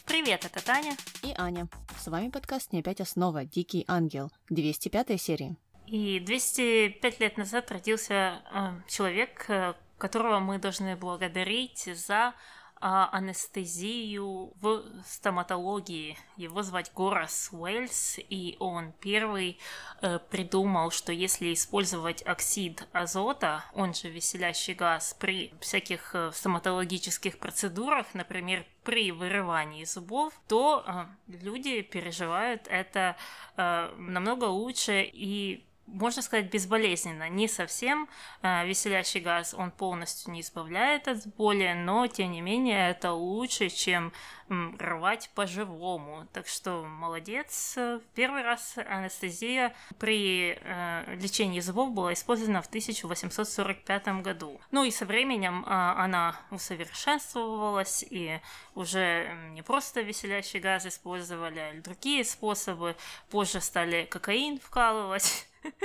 Привет, это Таня и Аня. С вами подкаст «Не опять основа. Дикий ангел». 205 серия. И 205 лет назад родился человек, которого мы должны благодарить за анестезию в стоматологии. Его звать Горас Уэльс, и он первый придумал, что если использовать оксид азота, он же веселящий газ, при всяких стоматологических процедурах, например, при вырывании зубов, то люди переживают это намного лучше и, можно сказать, безболезненно. Не совсем веселящий газ, он полностью не избавляет от боли, но, тем не менее, это лучше, чем рвать по-живому. Так что молодец. Первый раз анестезия при лечении зубов была использована в 1845 году. Ну и со временем она усовершенствовалась, и уже не просто веселящий газ использовали, а и другие способы. Позже стали кокаин вкалывать.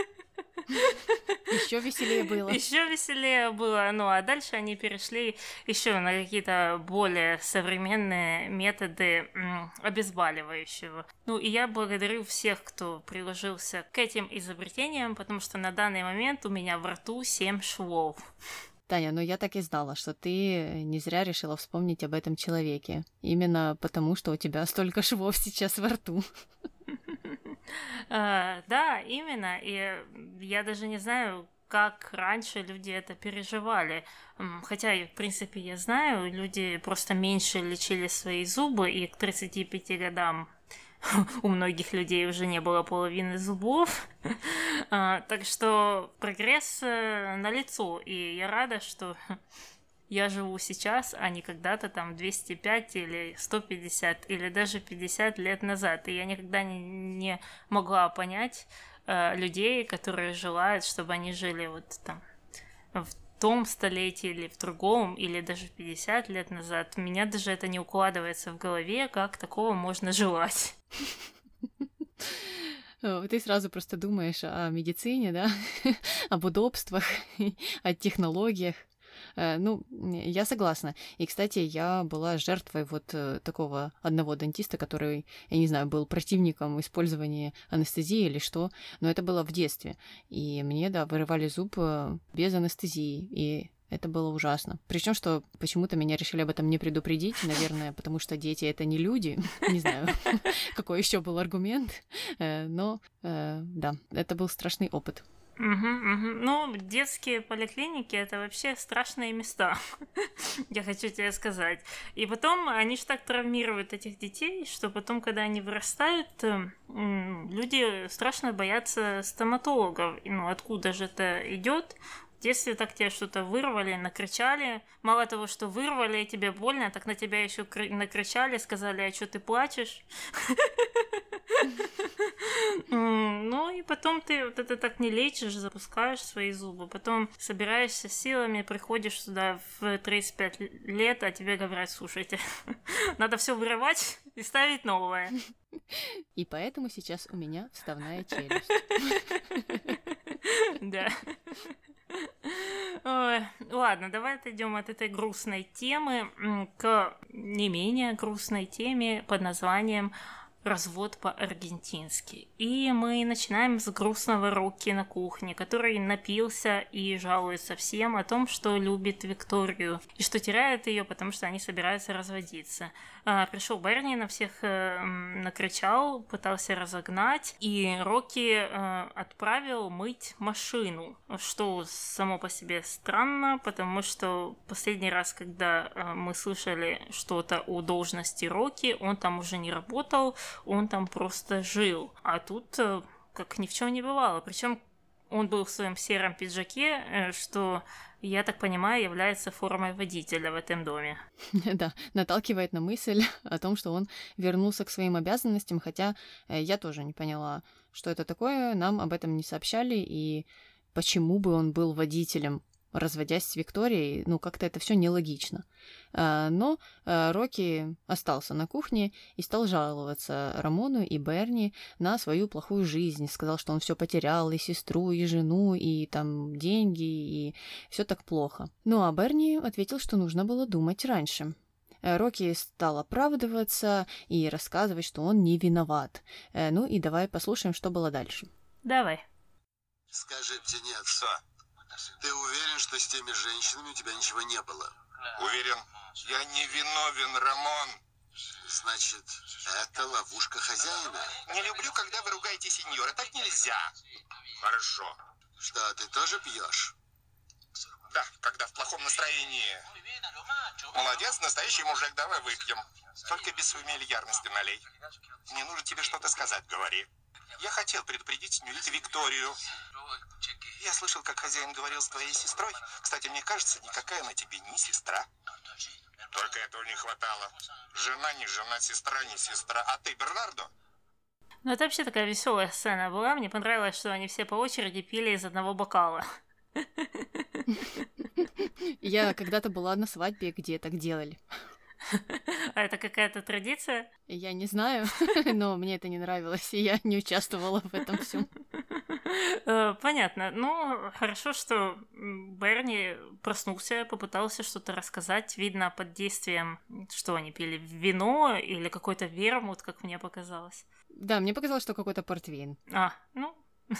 Еще веселее было. Еще веселее было. Ну а дальше они перешли еще на какие-то более современные методы обезболивающего. Ну и я благодарю всех, кто приложился к этим изобретениям, потому что на данный момент у меня во рту 7 швов. Таня, я так и знала, что ты не зря решила вспомнить об этом человеке. Именно потому, что у тебя столько швов сейчас во рту. Да, именно. И я даже не знаю, как раньше люди это переживали. Хотя, в принципе, я знаю, люди просто меньше лечили свои зубы, и к 35 годам у многих людей уже не было половины зубов. Так что прогресс налицо, и я рада, что я живу сейчас, а не когда-то там 205 или 150 или даже 50 лет назад. И я никогда не могла понять людей, которые желают, чтобы они жили вот там в том столетии или в другом, или даже 50 лет назад. У меня даже это не укладывается в голове, как такого можно желать. Ты сразу просто думаешь о медицине, да, об удобствах, о технологиях. Я согласна. И, кстати, я была жертвой вот такого одного дантиста, который, я не знаю, был противником использования анестезии или что, но это было в детстве. И мне, вырывали зуб без анестезии, и это было ужасно. Причем, что почему-то меня решили об этом не предупредить, наверное, потому что дети — это не люди. Не знаю, какой еще был аргумент, но да, это был страшный опыт. Ну, детские поликлиники — это вообще страшные места, я хочу тебе сказать. И потом они же так травмируют этих детей, что потом, когда они вырастают, люди страшно боятся стоматологов. Ну, откуда же это идет? В детстве так тебе что-то вырвали, накричали. Мало того, что вырвали, и тебе больно, так на тебя еще накричали, сказали: а что ты плачешь? Ну и потом ты вот это так не лечишь, запускаешь свои зубы, потом собираешься силами, приходишь сюда в 35 лет, а тебе говорят: слушайте, надо все вырывать и ставить новое. И поэтому сейчас у меня вставная челюсть. Да. Ой, ладно, давай отойдем от этой грустной темы к не менее грустной теме под названием «Развод по-аргентински». И мы начинаем с грустного Рокки на кухне, который напился и жалуется всем о том, что любит Викторию и что теряет ее, потому что они собираются разводиться. Пришел Берни, на всех накричал, пытался разогнать, и Рокки отправил мыть машину, что само по себе странно, потому что последний раз, когда мы слышали что-то о должности Рокки, он там уже не работал, он там просто жил. А тут как ни в чем не бывало. Причем он был в своем сером пиджаке, что, я так понимаю, является формой водителя в этом доме. Да, наталкивает на мысль о том, что он вернулся к своим обязанностям, хотя я тоже не поняла, что это такое, нам об этом не сообщали, и почему бы он был водителем, разводясь с Викторией, как-то это все нелогично. Но Рокки остался на кухне и стал жаловаться Рамону и Берни на свою плохую жизнь. Сказал, что он все потерял, и сестру, и жену, и там деньги, и все так плохо. Ну а Берни ответил, что нужно было думать раньше. Рокки стал оправдываться и рассказывать, что он не виноват. Ну и давай послушаем, что было дальше. Давай. Скажи, птенец, ты уверен, что с теми женщинами у тебя ничего не было? Уверен, я не виновен, Рамон. Значит, это ловушка хозяина? Не люблю, когда вы ругаете сеньора. Так нельзя. Хорошо. Что, ты тоже пьешь? Да, когда в плохом настроении. Молодец, настоящий мужик, давай выпьем. Только без фамильярности налей. Мне нужно тебе что-то сказать, говори. Я хотел предупредить сеньориту Викторию. Я слышал, как хозяин говорил с твоей сестрой. Кстати, мне кажется, никакая она тебе не сестра. Только этого не хватало. Жена не жена, сестра не сестра. А ты, Бернардо? Ну, это вообще такая веселая сцена была. Мне понравилось, что они все по очереди пили из одного бокала. Я когда-то была на свадьбе, где так делали. А это какая-то традиция? Я не знаю, но мне это не нравилось, и я не участвовала в этом всем. Понятно. Ну, хорошо, что Берни проснулся, попытался что-то рассказать. Видно, под действием, что они пили, вино или какой-то вермут, как мне показалось. Да, мне показалось, что какой-то портвейн. Ну,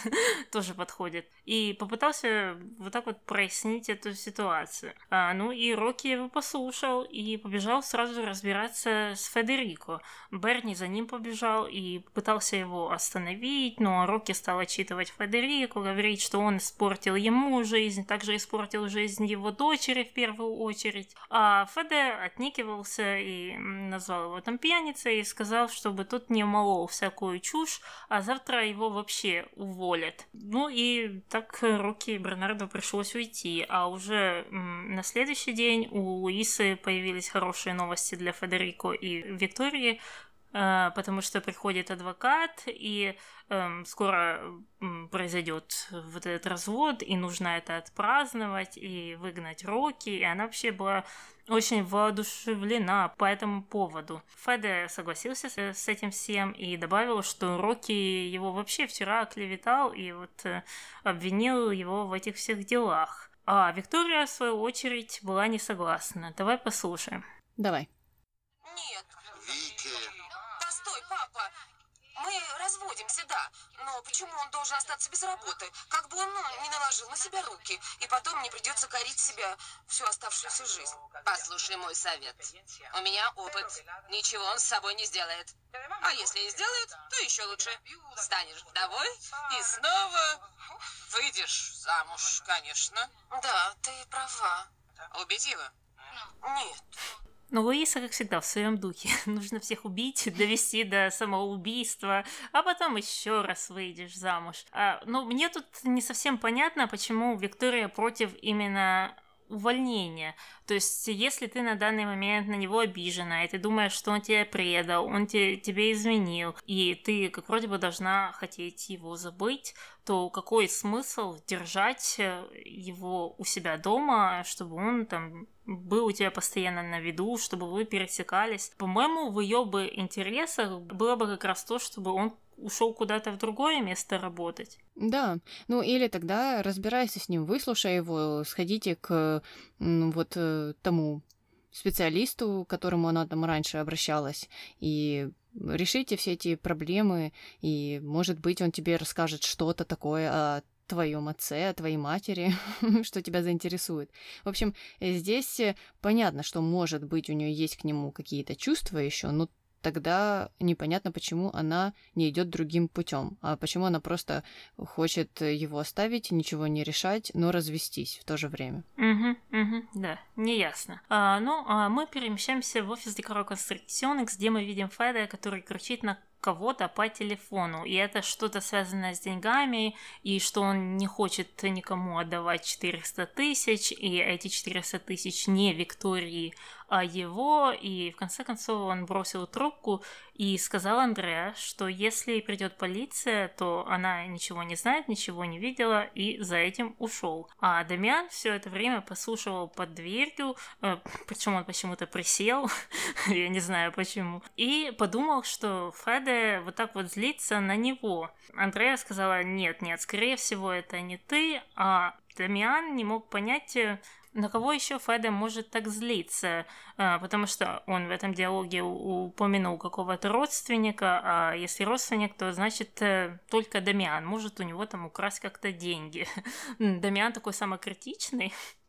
тоже подходит. И попытался вот так вот прояснить эту ситуацию. Ну и Рокки его послушал и побежал сразу разбираться с Федерико. Берни за ним побежал и пытался его остановить, но Рокки стал отчитывать Федерико, говорить, что он испортил ему жизнь, также испортил жизнь его дочери в первую очередь. А Феде отникивался и назвал его там пьяницей и сказал, чтобы тот не молол всякую чушь, а завтра его вообще уволят. Ну и так Рокки и Бернарду пришлось уйти, а уже на следующий день у Луисы появились хорошие новости для Федерико и Виктории, потому что приходит адвокат, и скоро произойдет вот этот развод, и нужно это отпраздновать, и выгнать Рокки, и она вообще была очень воодушевлена по этому поводу. Феде согласился с этим всем и добавил, что Рокки его вообще вчера оклеветал и вот обвинил его в этих всех делах. А Виктория, в свою очередь, была не согласна. Давай послушаем. Давай. Нет. Вики, Постой, папа. Мы разводимся, да. Но почему он должен остаться без работы? Как бы он не наложил на себя руки. И потом не придется корить себя всю оставшуюся жизнь. Послушай мой совет. У меня опыт. Ничего он с собой не сделает. А если и сделает, то еще лучше. Станешь вдовой и снова выйдешь замуж, конечно. Да, ты права. Убить его? Нет. Но Луиса, как всегда, в своем духе. Нужно всех убить, довести до самоубийства, а потом еще раз выйдешь замуж. Но мне тут не совсем понятно, почему Виктория против именно увольнения. То есть, если ты на данный момент на него обижена, и ты думаешь, что он тебя предал, он тебе изменил, и ты как вроде бы должна хотеть его забыть, то какой смысл держать его у себя дома, чтобы он там был у тебя постоянно на виду, чтобы вы пересекались? По-моему, в ее бы интересах было бы как раз то, чтобы он ушел куда-то в другое место работать. Да, ну или тогда разбирайся с ним, выслушай его, сходите к тому специалисту, к которому она там раньше обращалась, и решите все эти проблемы, и, может быть, он тебе расскажет что-то такое о твоем отце, о твоей матери, что тебя заинтересует. В общем, здесь понятно, что, может быть, у нее есть к нему какие-то чувства еще, но тогда непонятно, почему она не идет другим путем, а почему она просто хочет его оставить, ничего не решать, но развестись в то же время. Да, неясно. Мы перемещаемся в офис Decoro Construcciones, где мы видим Феде, который кричит на кого-то по телефону, и это что-то связанное с деньгами, и что он не хочет никому отдавать 400 тысяч, и эти 400 тысяч не Виктории, а его, и в конце концов он бросил трубку и сказал Андреа, что если придет полиция, то она ничего не знает, ничего не видела, и за этим ушел. А Дамиан все это время послушивал под дверью, причем он почему-то присел, я не знаю почему, и подумал, что Феде вот так вот злится на него. Андреа сказала: нет, скорее всего это не ты, а Дамиан не мог понять, На кого еще Феде может так злиться? Потому что он в этом диалоге упомянул какого-то родственника, а если родственник, то значит только Дамиан. Может у него там украсть как-то деньги. Дамиан такой самокритичный.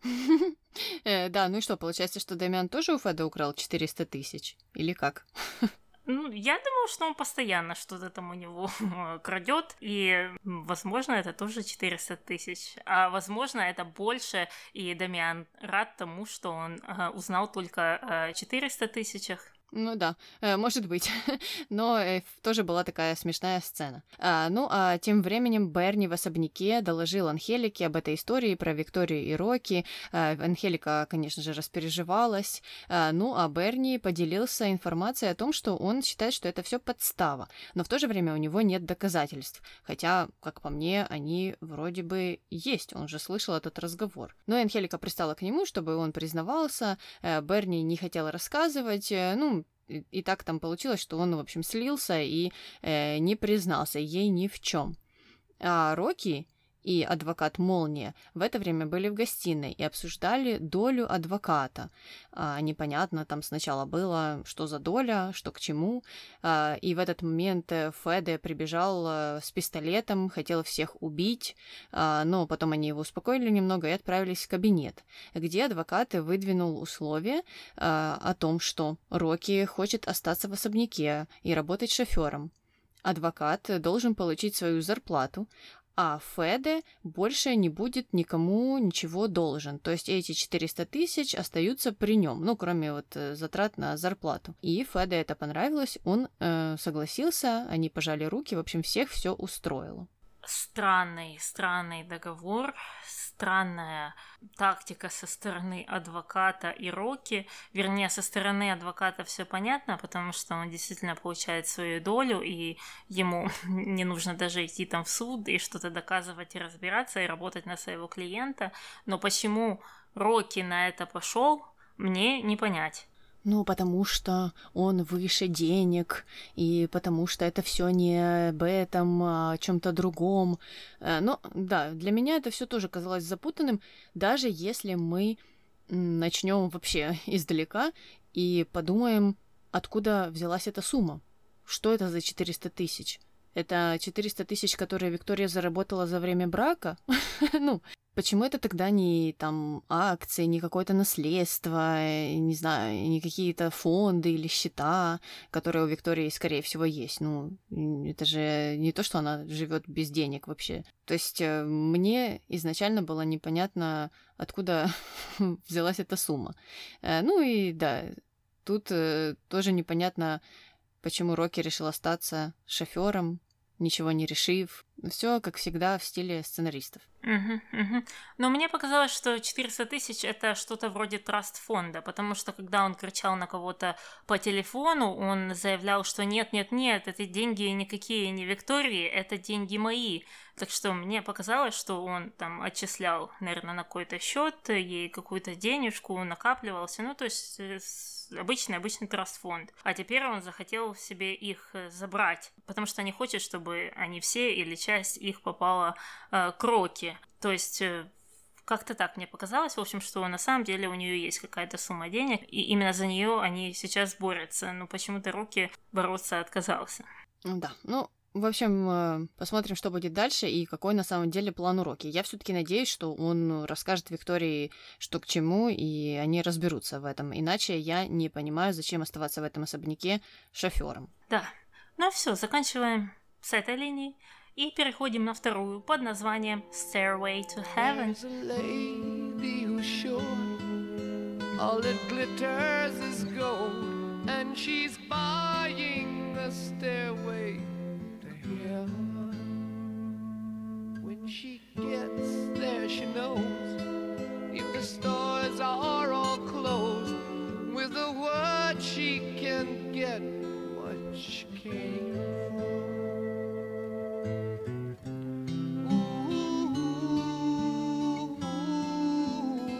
Да, ну и что, получается, что Дамиан тоже у Феда украл 400 тысяч? Или как? Ну, я думаю, что он постоянно что-то там у него крадет, и, возможно, это тоже 400 тысяч, а, возможно, это больше, и Дамиан рад тому, что он узнал только о 400 тысячах. Ну да, может быть. Но тоже была такая смешная сцена. А тем временем Берни в особняке доложил Анхелике об этой истории про Викторию и Рокки. Анхелика, конечно же, распереживалась. А Берни поделился информацией о том, что он считает, что это все подстава. Но в то же время у него нет доказательств. Хотя, как по мне, они вроде бы есть. Он же слышал этот разговор. Но Анхелика пристала к нему, чтобы он признавался. Берни не хотел рассказывать. И так там получилось, что он, в общем, слился и не признался ей ни в чем. А Рокки и адвокат Молния в это время были в гостиной и обсуждали долю адвоката. Непонятно там сначала было, что за доля, что к чему. И в этот момент Феде прибежал с пистолетом, хотел всех убить, но потом они его успокоили немного и отправились в кабинет, где адвокат выдвинул условие о том, что Рокки хочет остаться в особняке и работать шофером. Адвокат должен получить свою зарплату, а Феде больше не будет никому ничего должен. То есть эти 400 тысяч остаются при нем, кроме затрат на зарплату. И Феде это понравилось, он согласился, они пожали руки, в общем, всех все устроило. Странный договор, странная тактика со стороны адвоката и Рокки. Вернее, со стороны адвоката все понятно, потому что он действительно получает свою долю, и ему не нужно даже идти там в суд и что-то доказывать и разбираться, и работать на своего клиента. Но почему Рокки на это пошел, мне не понять. Потому что он выше денег, и потому что это все не об этом, а о чем-то другом. Но да, для меня это все тоже казалось запутанным, даже если мы начнем вообще издалека и подумаем, откуда взялась эта сумма. Что это за 400 тысяч? Это 400 тысяч, которые Виктория заработала за время брака? Почему это тогда не акции, не какое-то наследство, не знаю, не какие-то фонды или счета, которые у Виктории, скорее всего, есть? Это же не то, что она живет без денег вообще. То есть мне изначально было непонятно, откуда взялась эта сумма. И да, тут тоже непонятно, почему Рокки решил остаться шофером, ничего не решив. Все, как всегда, в стиле сценаристов. Но мне показалось, что 400 тысяч это что-то вроде траст-фонда, потому что когда он кричал на кого-то по телефону, он заявлял, что нет, эти деньги никакие не Виктории, это деньги мои. Так что мне показалось, что он там отчислял, наверное, на какой-то счет, ей какую-то денежку, накапливался, то есть обычный траст-фонд. А теперь он захотел себе их забрать, потому что не хочет, чтобы они все или часть их попала к Рокки. То есть как-то так мне показалось, в общем, что на самом деле у нее есть какая-то сумма денег, и именно за нее они сейчас борются. Но почему-то Рокки бороться отказался. Да, в общем, посмотрим, что будет дальше и какой на самом деле план у Рокки. Я все-таки надеюсь, что он расскажет Виктории, что к чему, и они разберутся в этом. Иначе я не понимаю, зачем оставаться в этом особняке шофером. Да, все, заканчиваем с этой линией и переходим на вторую под названием Stairway to Heaven. All that glitters is gold, and she's buying a stairway to heaven. When she gets there, she knows if the stores are all closed, with a word she can get what she came for.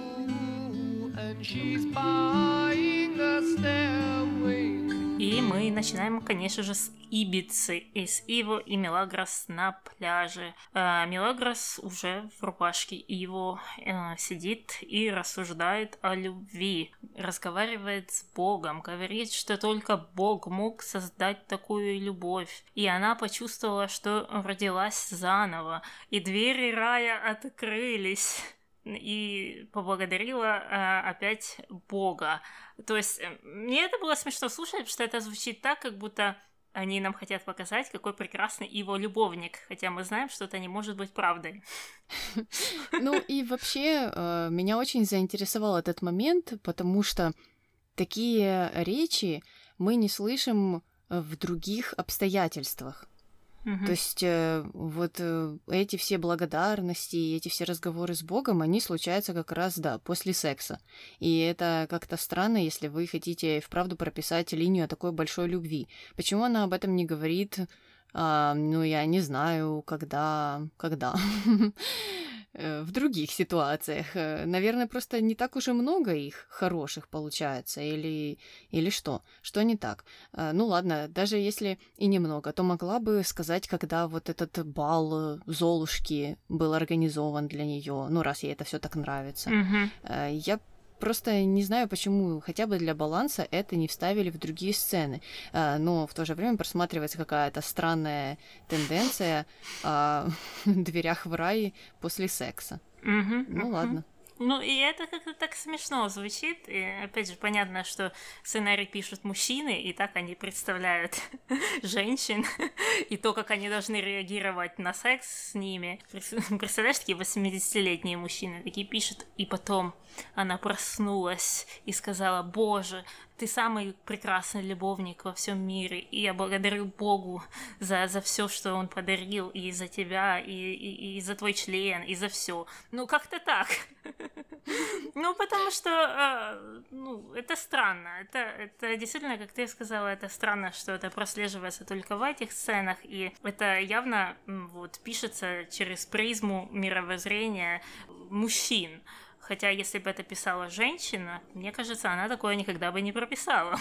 И мы начинаем, конечно же, с Ибицы, и с Иво и Мелагрос на пляже. Мелагрос уже в рубашке Иво сидит и рассуждает о любви, разговаривает с Богом, говорит, что только Бог мог создать такую любовь. И она почувствовала, что родилась заново, и двери рая открылись. И поблагодарила опять Бога. То есть мне это было смешно слушать, потому что это звучит так, как будто они нам хотят показать, какой прекрасный его любовник, хотя мы знаем, что это не может быть правдой. Ну и вообще меня очень заинтересовал этот момент, потому что такие речи мы не слышим в других обстоятельствах. То есть вот эти все благодарности, эти все разговоры с Богом, они случаются как раз, да, после секса. И это как-то странно, если вы хотите вправду прописать линию о такой большой любви. Почему она об этом не говорит, ну, я не знаю, когда в других ситуациях. Наверное, просто не так уж и много их хороших получается, или что? Что не так? Ну ладно, даже если и немного, то могла бы сказать, когда вот этот бал Золушки был организован для нее, ну раз ей это все так нравится. Я просто не знаю, почему хотя бы для баланса это не вставили в другие сцены. Но в то же время просматривается какая-то странная тенденция в дверях в рай после секса. Ну ладно. Ну, и это как-то так смешно звучит. И, опять же, понятно, что сценарий пишут мужчины, и так они представляют женщин, и то, как они должны реагировать на секс с ними. Представляешь, такие 80-летние мужчины такие пишут, и потом она проснулась и сказала: «Боже, ты самый прекрасный любовник во всем мире, и я благодарю Богу за все, что Он подарил, и за тебя, и за твой член, и за все». Ну, как-то так. Ну, потому что, ну, это странно. Это действительно, как ты сказала, это странно, что это прослеживается только в этих сценах, и это явно вот пишется через призму мировоззрения мужчин. Хотя, если бы это писала женщина, мне кажется, она такое никогда бы не прописала.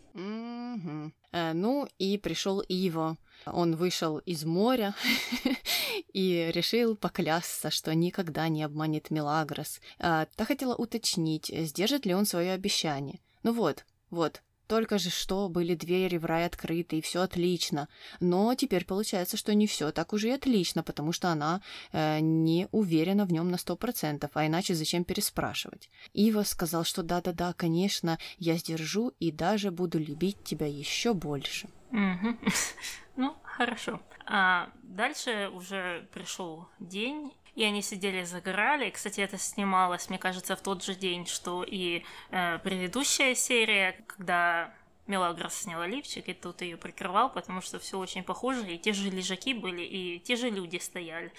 Ну и пришел Иво. Он вышел из моря и решил поклясться, что никогда не обманет Мелагрос. Та хотела уточнить, сдержит ли он свое обещание. Ну вот. Только же что были двери в рай открыты, и все отлично. Но теперь получается, что не все так уже и отлично, потому что она не уверена в нем на 100%, а иначе зачем переспрашивать? Иво сказал, что да-да-да, конечно, я сдержу и даже буду любить тебя еще больше. Ну, хорошо. А дальше уже пришел день, и они сидели, загорали. Кстати, это снималось, мне кажется, в тот же день, что и предыдущая серия, когда Мелагрос сняла лифчик, и тут ее прикрывал, потому что все очень похоже, и те же лежаки были, и те же люди стояли.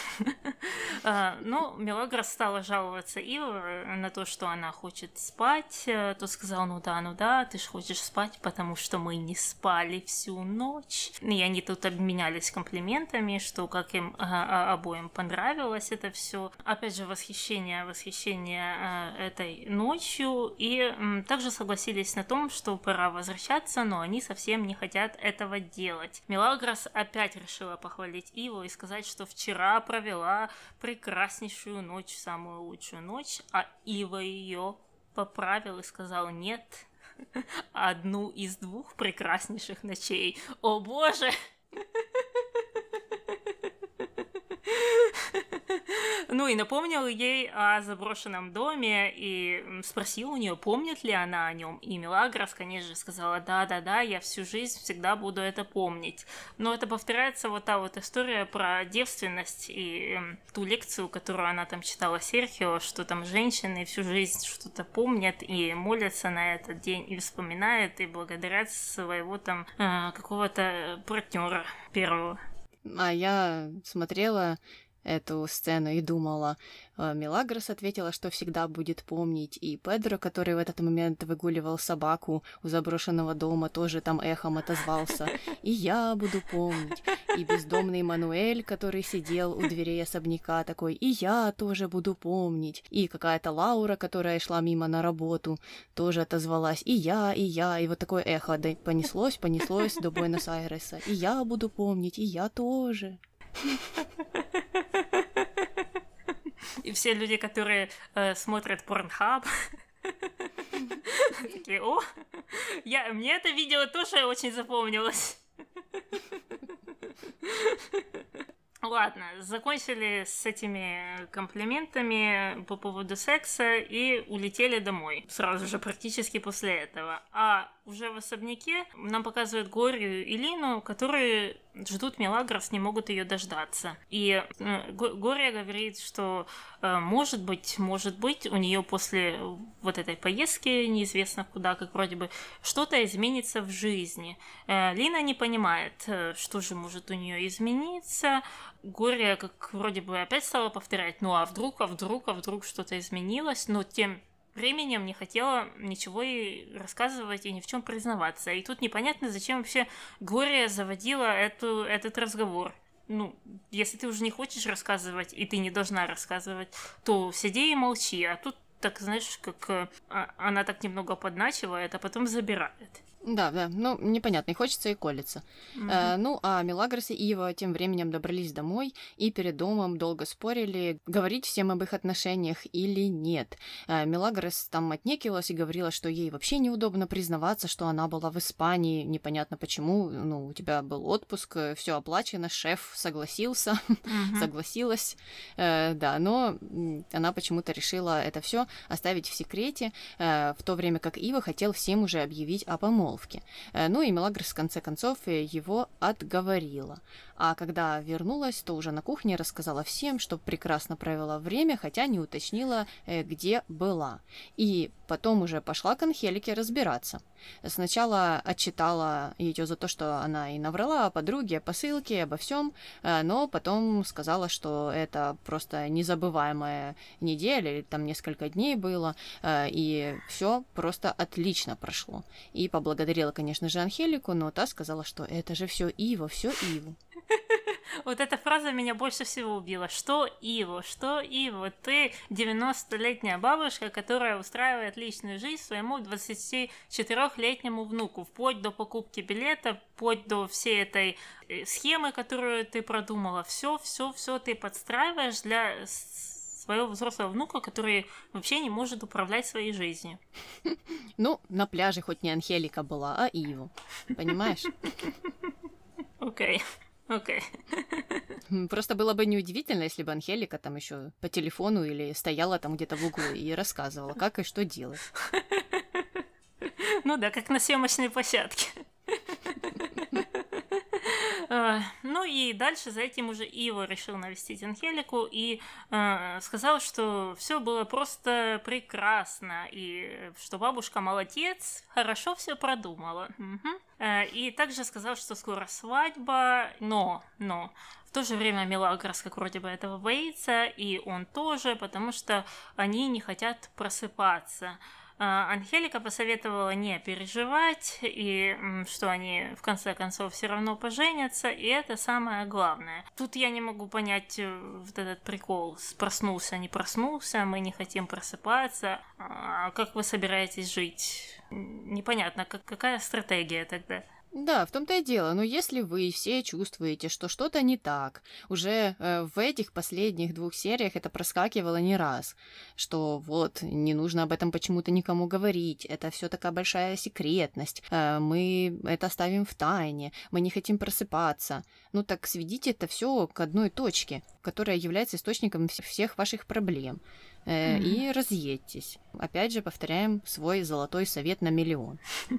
Но Мелагрос стала жаловаться Иво на то, что она хочет спать. Тот сказал: ну да, ты же хочешь спать, потому что мы не спали всю ночь. И они тут обменялись комплиментами, что как им обоим понравилось это все. Опять же, восхищение этой ночью, и также согласились на том, что пора возвращаться, но они совсем не хотят этого делать. Мелагрос опять решила похвалить Иво и сказать, что вчера провела прекраснейшую ночь, самую лучшую ночь, а Иво ее поправил и сказал: нет, одну из 2 прекраснейших ночей. О боже! Ну и напомнил ей о заброшенном доме и спросил у нее, помнит ли она о нем. И Мелагрос, конечно же, сказала: да, я всю жизнь всегда буду это помнить. Но это повторяется вот та вот история про девственность и ту лекцию, которую она там читала Серхио, что там женщины всю жизнь что-то помнят и молятся на этот день, и вспоминают, и благодарят своего там какого-то партнера первого. А я смотрела эту сцену и думала. Мелагрос ответила, что всегда будет помнить, и Педро, который в этот момент выгуливал собаку у заброшенного дома, тоже там эхом отозвался. И я буду помнить. И бездомный Мануэль, который сидел у дверей особняка, такой, и я тоже буду помнить. И какая-то Лаура, которая шла мимо на работу, тоже отозвалась. И я, и вот такое эхо понеслось до Буэнос-Айреса. И я буду помнить, и я тоже. И все люди, которые смотрят Pornhub, такие, мне это видео тоже очень запомнилось. Ладно, закончили с этими комплиментами по поводу секса и улетели домой. Сразу же, практически после этого. А уже в особняке нам показывают Горию и Лину, которые ждут Мелагрос, не могут ее дождаться. И Гория говорит, что может быть, у нее после вот этой поездки, неизвестно куда, как вроде бы, что-то изменится в жизни. Лина не понимает, что же может у нее измениться. Гория как вроде бы опять стала повторять, а вдруг что-то изменилось, но тем временем не хотела ничего ей рассказывать и ни в чем признаваться. И тут непонятно, зачем вообще Гория заводила этот разговор. Если ты уже не хочешь рассказывать, и ты не должна рассказывать, то сиди и молчи. А тут, так, знаешь, как она так немного подначивает, а потом забирает. Да, непонятно, и хочется, и колется. А Мелагрос и Ива тем временем добрались домой и перед домом долго спорили, говорить всем об их отношениях или нет. Мелагрос там отнекивалась и говорила, что ей вообще неудобно признаваться, что она была в Испании, непонятно почему, у тебя был отпуск, все оплачено, шеф согласился, согласилась, но она почему-то решила это все оставить в секрете, в то время как Ива хотел всем уже объявить о помолвке. И Мелагрос в конце концов его отговорила. А когда вернулась, то уже на кухне рассказала всем, что прекрасно провела время, хотя не уточнила, где была. И потом уже пошла к Анхелике разбираться. Сначала отчитала ее за то, что она и наврала о подруге, о посылке, обо всем, но потом сказала, что это просто незабываемая неделя, или там несколько дней было, и все просто отлично прошло. И поблагодарила, конечно же, Анхелику, но та сказала, что это же все Ива, все Иву. Вот эта фраза меня больше всего убила. Что Иву? Ты 90-летняя бабушка, которая устраивает личную жизнь своему 24-летнему внуку, вплоть до покупки билета, вплоть до всей этой схемы, которую ты продумала. Все ты подстраиваешь для своего взрослого внука, который вообще не может управлять своей жизнью. На пляже хоть не Анхелика была, а Иву. Понимаешь? Окей. Просто было бы неудивительно, если бы Анхелика там еще по телефону или стояла там где-то в углу и рассказывала, как и что делать. Как на съемочной площадке. И дальше за этим уже Ива решил навестить Анхелику и сказал, что все было просто прекрасно, и что бабушка молодец, хорошо все продумала. И также сказал, что скоро свадьба, но в то же время Мелагрос как вроде бы этого боится, и он тоже, потому что они не хотят просыпаться. Анхелика посоветовала не переживать, и что они в конце концов все равно поженятся, и это самое главное. Тут я не могу понять вот этот прикол. Проснулся, не проснулся, мы не хотим просыпаться. А как вы собираетесь жить? Непонятно, какая стратегия тогда? Да, в том-то и дело. Но если вы все чувствуете, что что-то не так, уже в этих последних 2 сериях это проскакивало не раз, что вот, не нужно об этом почему-то никому говорить, это все такая большая секретность, мы это оставим в тайне, мы не хотим просыпаться. Так сведите это все к одной точке, которая является источником всех ваших проблем. И разъедьтесь. Опять же, повторяем свой золотой совет на миллион.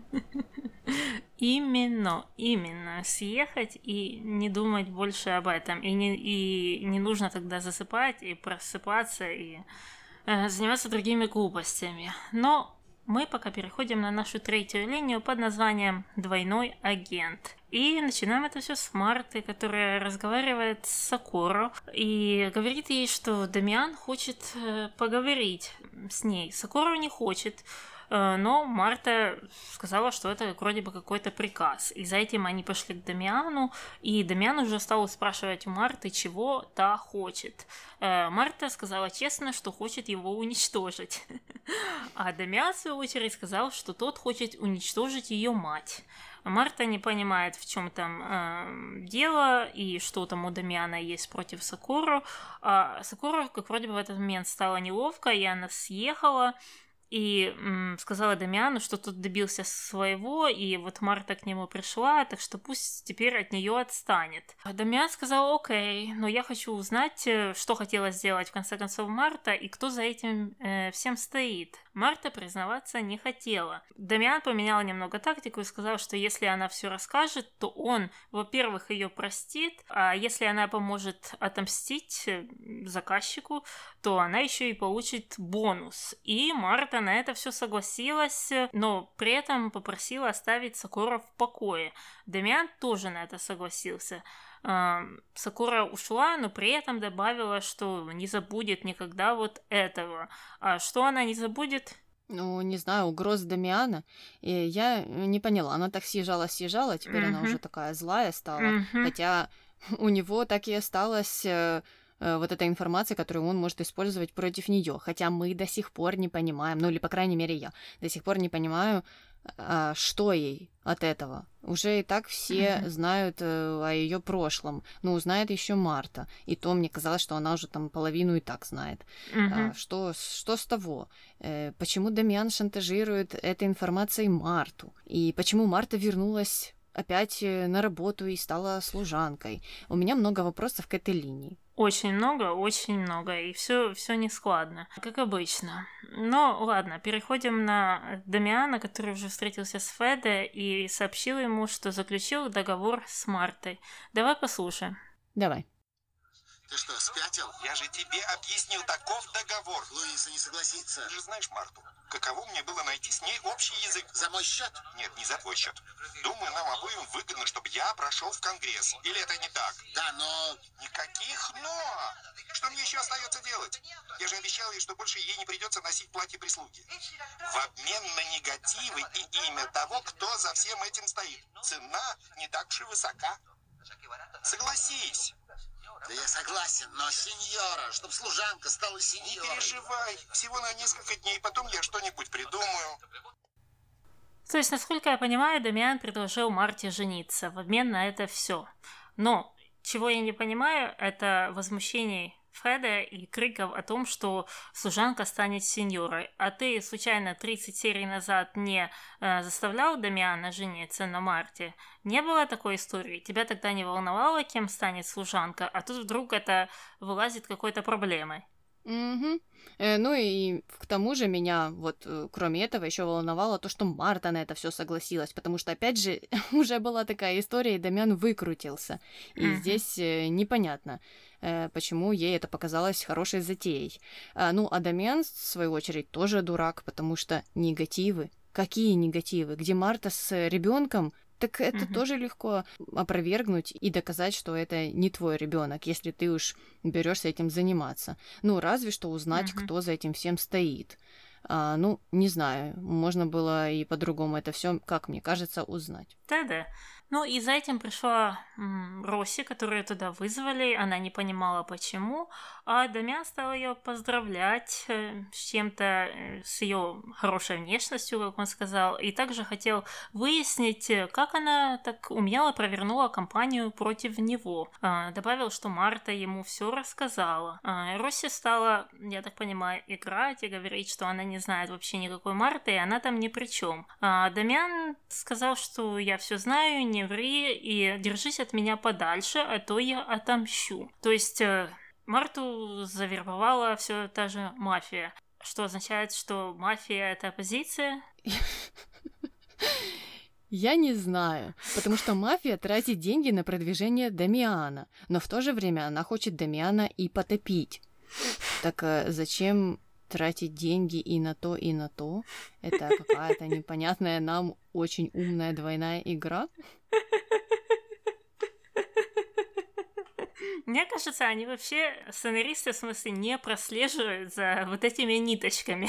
Именно. Съехать и не думать больше об этом. И не нужно тогда засыпать и просыпаться и заниматься другими глупостями. Но мы пока переходим на нашу третью линию под названием «Двойной агент». И начинаем это все с Марты, которая разговаривает с Сакуро и говорит ей, что Дамиан хочет поговорить с ней. Сакуро не хочет, но Марта сказала, что это вроде бы какой-то приказ. И за этим они пошли к Дамиану, и Дамиан уже стал спрашивать у Марты, чего та хочет. Марта сказала честно, что хочет его уничтожить. А Дамиан, в свою очередь, сказал, что тот хочет уничтожить ее мать. Марта не понимает, в чем там дело и что там у Дамиана есть против Сакуру. А Сакуру, как вроде бы в этот момент стало неловко, и она съехала и сказала Дамиану, что тот добился своего, и вот Марта к нему пришла, так что пусть теперь от нее отстанет. А Дамиан сказал: окей, но я хочу узнать, что хотела сделать в конце концов Марта, и кто за этим всем стоит. Марта признаваться не хотела. Дамиан поменял немного тактику и сказал, что если она все расскажет, то он, во-первых, ее простит, а если она поможет отомстить заказчику, то она еще и получит бонус. И Марта на это все согласилась, но при этом попросила оставить Сакуро в покое. Дамиан тоже на это согласился. Сакура ушла, но при этом добавила, что не забудет никогда вот этого. А что она не забудет? Ну, не знаю, угроз Дамиана. И я не поняла. Она так съезжала, теперь она уже такая злая стала. Хотя у него так и осталась вот эта информация, которую он может использовать против нее. Хотя мы до сих пор не понимаем, ну или, по крайней мере, я до сих пор не понимаю, что ей от этого. Уже и так все знают о ее прошлом. Но узнает еще Марта. И то мне казалось, что она уже там половину и так знает. Что с того? Почему Дамиан шантажирует этой информацией Марту? И почему Марта вернулась опять на работу и стала служанкой? У меня много вопросов к этой линии. Очень много, и все нескладно, как обычно. Но ладно, переходим на Дамиана, который уже встретился с Феде и сообщил ему, что заключил договор с Мартой. Давай послушаем. Давай. Ты что, спятил? Я же тебе объяснил, таков договор. Луиза не согласится. Ты же знаешь Марту. Каково мне было найти с ней общий язык? За мой счет? Нет, не за твой счет. Думаю, нам обоим выгодно, чтобы я прошел в Конгресс. Или это не так? Да, но... Никаких «но». Что мне еще остается делать? Я же обещал ей, что больше ей не придется носить платье прислуги. В обмен на негативы и имя того, кто за всем этим стоит. Цена не так уж и высока. Согласись. Да я согласен, но сеньора, чтобы служанка стала Не сеньорой. переживай. Всего на несколько дней, потом я что-нибудь придумаю. То есть, насколько я понимаю, Дамиан предложил Марте жениться в обмен на это все. Но чего я не понимаю, это возмущение Феда и криков о том, что служанка станет сеньорой. А ты случайно 30 серий назад не заставлял Дамиана жениться на Марте? Не было такой истории? Тебя тогда не волновало, кем станет служанка, а тут вдруг это вылазит какой-то проблемой? Ну и к тому же меня, вот кроме этого, еще волновало то, что Марта на это все согласилась, потому что, опять же, уже была такая история, и Дамиан выкрутился. И здесь непонятно, почему ей это показалось хорошей затеей. Ну, а Дамиан, в свою очередь, тоже дурак, потому что негативы. Какие негативы? Где Марта с ребенком? Так это тоже легко опровергнуть и доказать, что это не твой ребенок, если ты уж берешься этим заниматься. Ну, разве что узнать, кто за этим всем стоит. Ну, не знаю, можно было и по-другому это все, как мне кажется, узнать. Да-да. Ну и за этим пришла Росси, которую туда вызвали, она не понимала почему, а Дамиан стал ее поздравлять с чем-то, с ее хорошей внешностью, как он сказал, и также хотел выяснить, как она так умело провернула кампанию против него. Добавил, что Марта ему все рассказала. Росси стала, я так понимаю, играть и говорить, что она не знает вообще никакой Марты, и она там ни при чем. Дамиан сказал, что я все знаю, не ври и держись от меня подальше, а то я отомщу. То есть Марту завербовала все та же мафия, что означает, что мафия — это оппозиция? Я не знаю, потому что мафия тратит деньги на продвижение Дамиана, но в то же время она хочет Дамиана и потопить. Так зачем тратить деньги и на то, и на то. Это какая-то непонятная нам очень умная двойная игра. Мне кажется, они вообще, сценаристы, в смысле, не прослеживают за вот этими ниточками.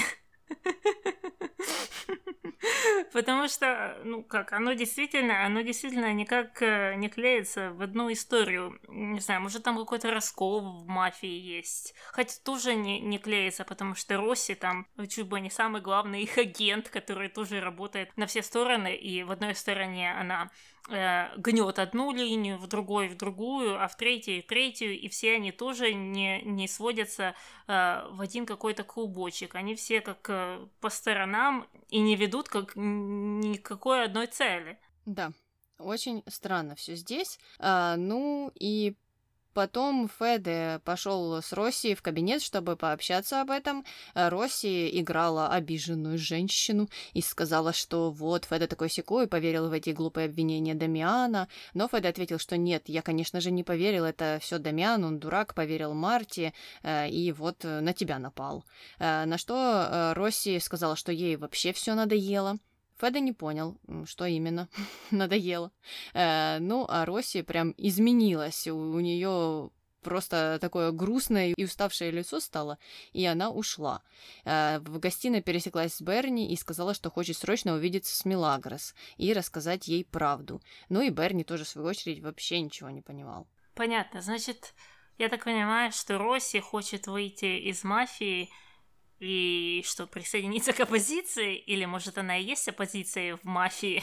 Потому что, ну как, оно действительно никак не клеится в одну историю. Не знаю, может там какой-то раскол в мафии есть. Хотя тоже не клеится, потому что Росси там чуть бы не самый главный их агент, который тоже работает на все стороны, и в одной стороне она гнет одну линию, в другой в другую, а в третью, и все они тоже не сводятся в один какой-то клубочек. Они все как по сторонам и не ведут как никакой одной цели. Да, очень странно все здесь. Ну и потом Феде пошел с Росси в кабинет, чтобы пообщаться об этом. Росси играла обиженную женщину и сказала, что вот, Феде такой-сякой, поверил в эти глупые обвинения Дамиана. Но Феде ответил, что нет, я, конечно же, не поверил, это все Дамиан, он дурак, поверил Марти, и вот на тебя напал. На что Росси сказала, что ей вообще все надоело. Феде не понял, что именно надоело. Ну, а Росси прям изменилась. У нее просто такое грустное и уставшее лицо стало, и она ушла. В гостиной пересеклась с Берни и сказала, что хочет срочно увидеться с Милагрос и рассказать ей правду. Ну и Берни тоже, в свою очередь, вообще ничего не понимал. Понятно. Значит, я так понимаю, что Росси хочет выйти из мафии и что, присоединиться к оппозиции? Или, может, она и есть оппозицией в мафии?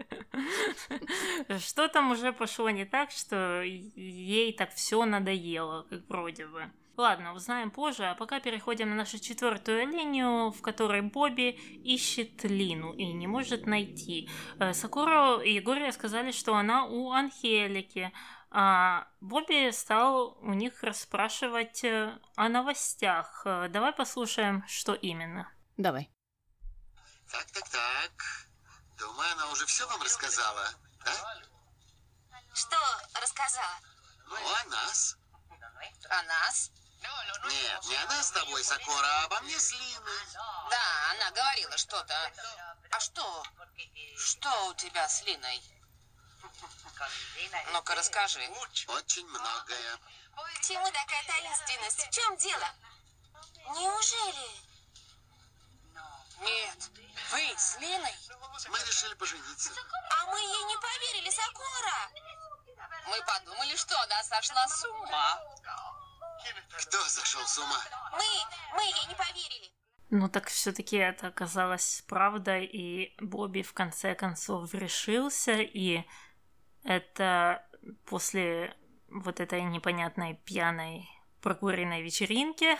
Что там уже пошло не так, что ей так все надоело, как вроде бы. Ладно, узнаем позже, а пока переходим на нашу 4-ю линию, в которой Бобби ищет Лину и не может найти. Сакура и Егория сказали, что она у Анхелики, а Бобби стал у них расспрашивать о новостях. Давай послушаем, что именно. Давай. Так. Думаю, она уже все вам рассказала, да? Что рассказала? Ну, о нас. О нас? Нет, не она с тобой, Сакура, а обо мне с Линой. Да, она говорила что-то. А что? Что у тебя с Линой? Ну-ка, расскажи. Очень многое. К чему такая таинственность? В чем дело? Неужели? Нет. Вы с Линой? Мы решили пожениться. А мы ей не поверили, Сакура. Мы подумали, что она сошла с ума. Кто сошел с ума? Мы ей не поверили. Ну так все-таки это оказалось правдой, и Бобби в конце концов решился, и это после вот этой непонятной пьяной прокуренной вечеринки.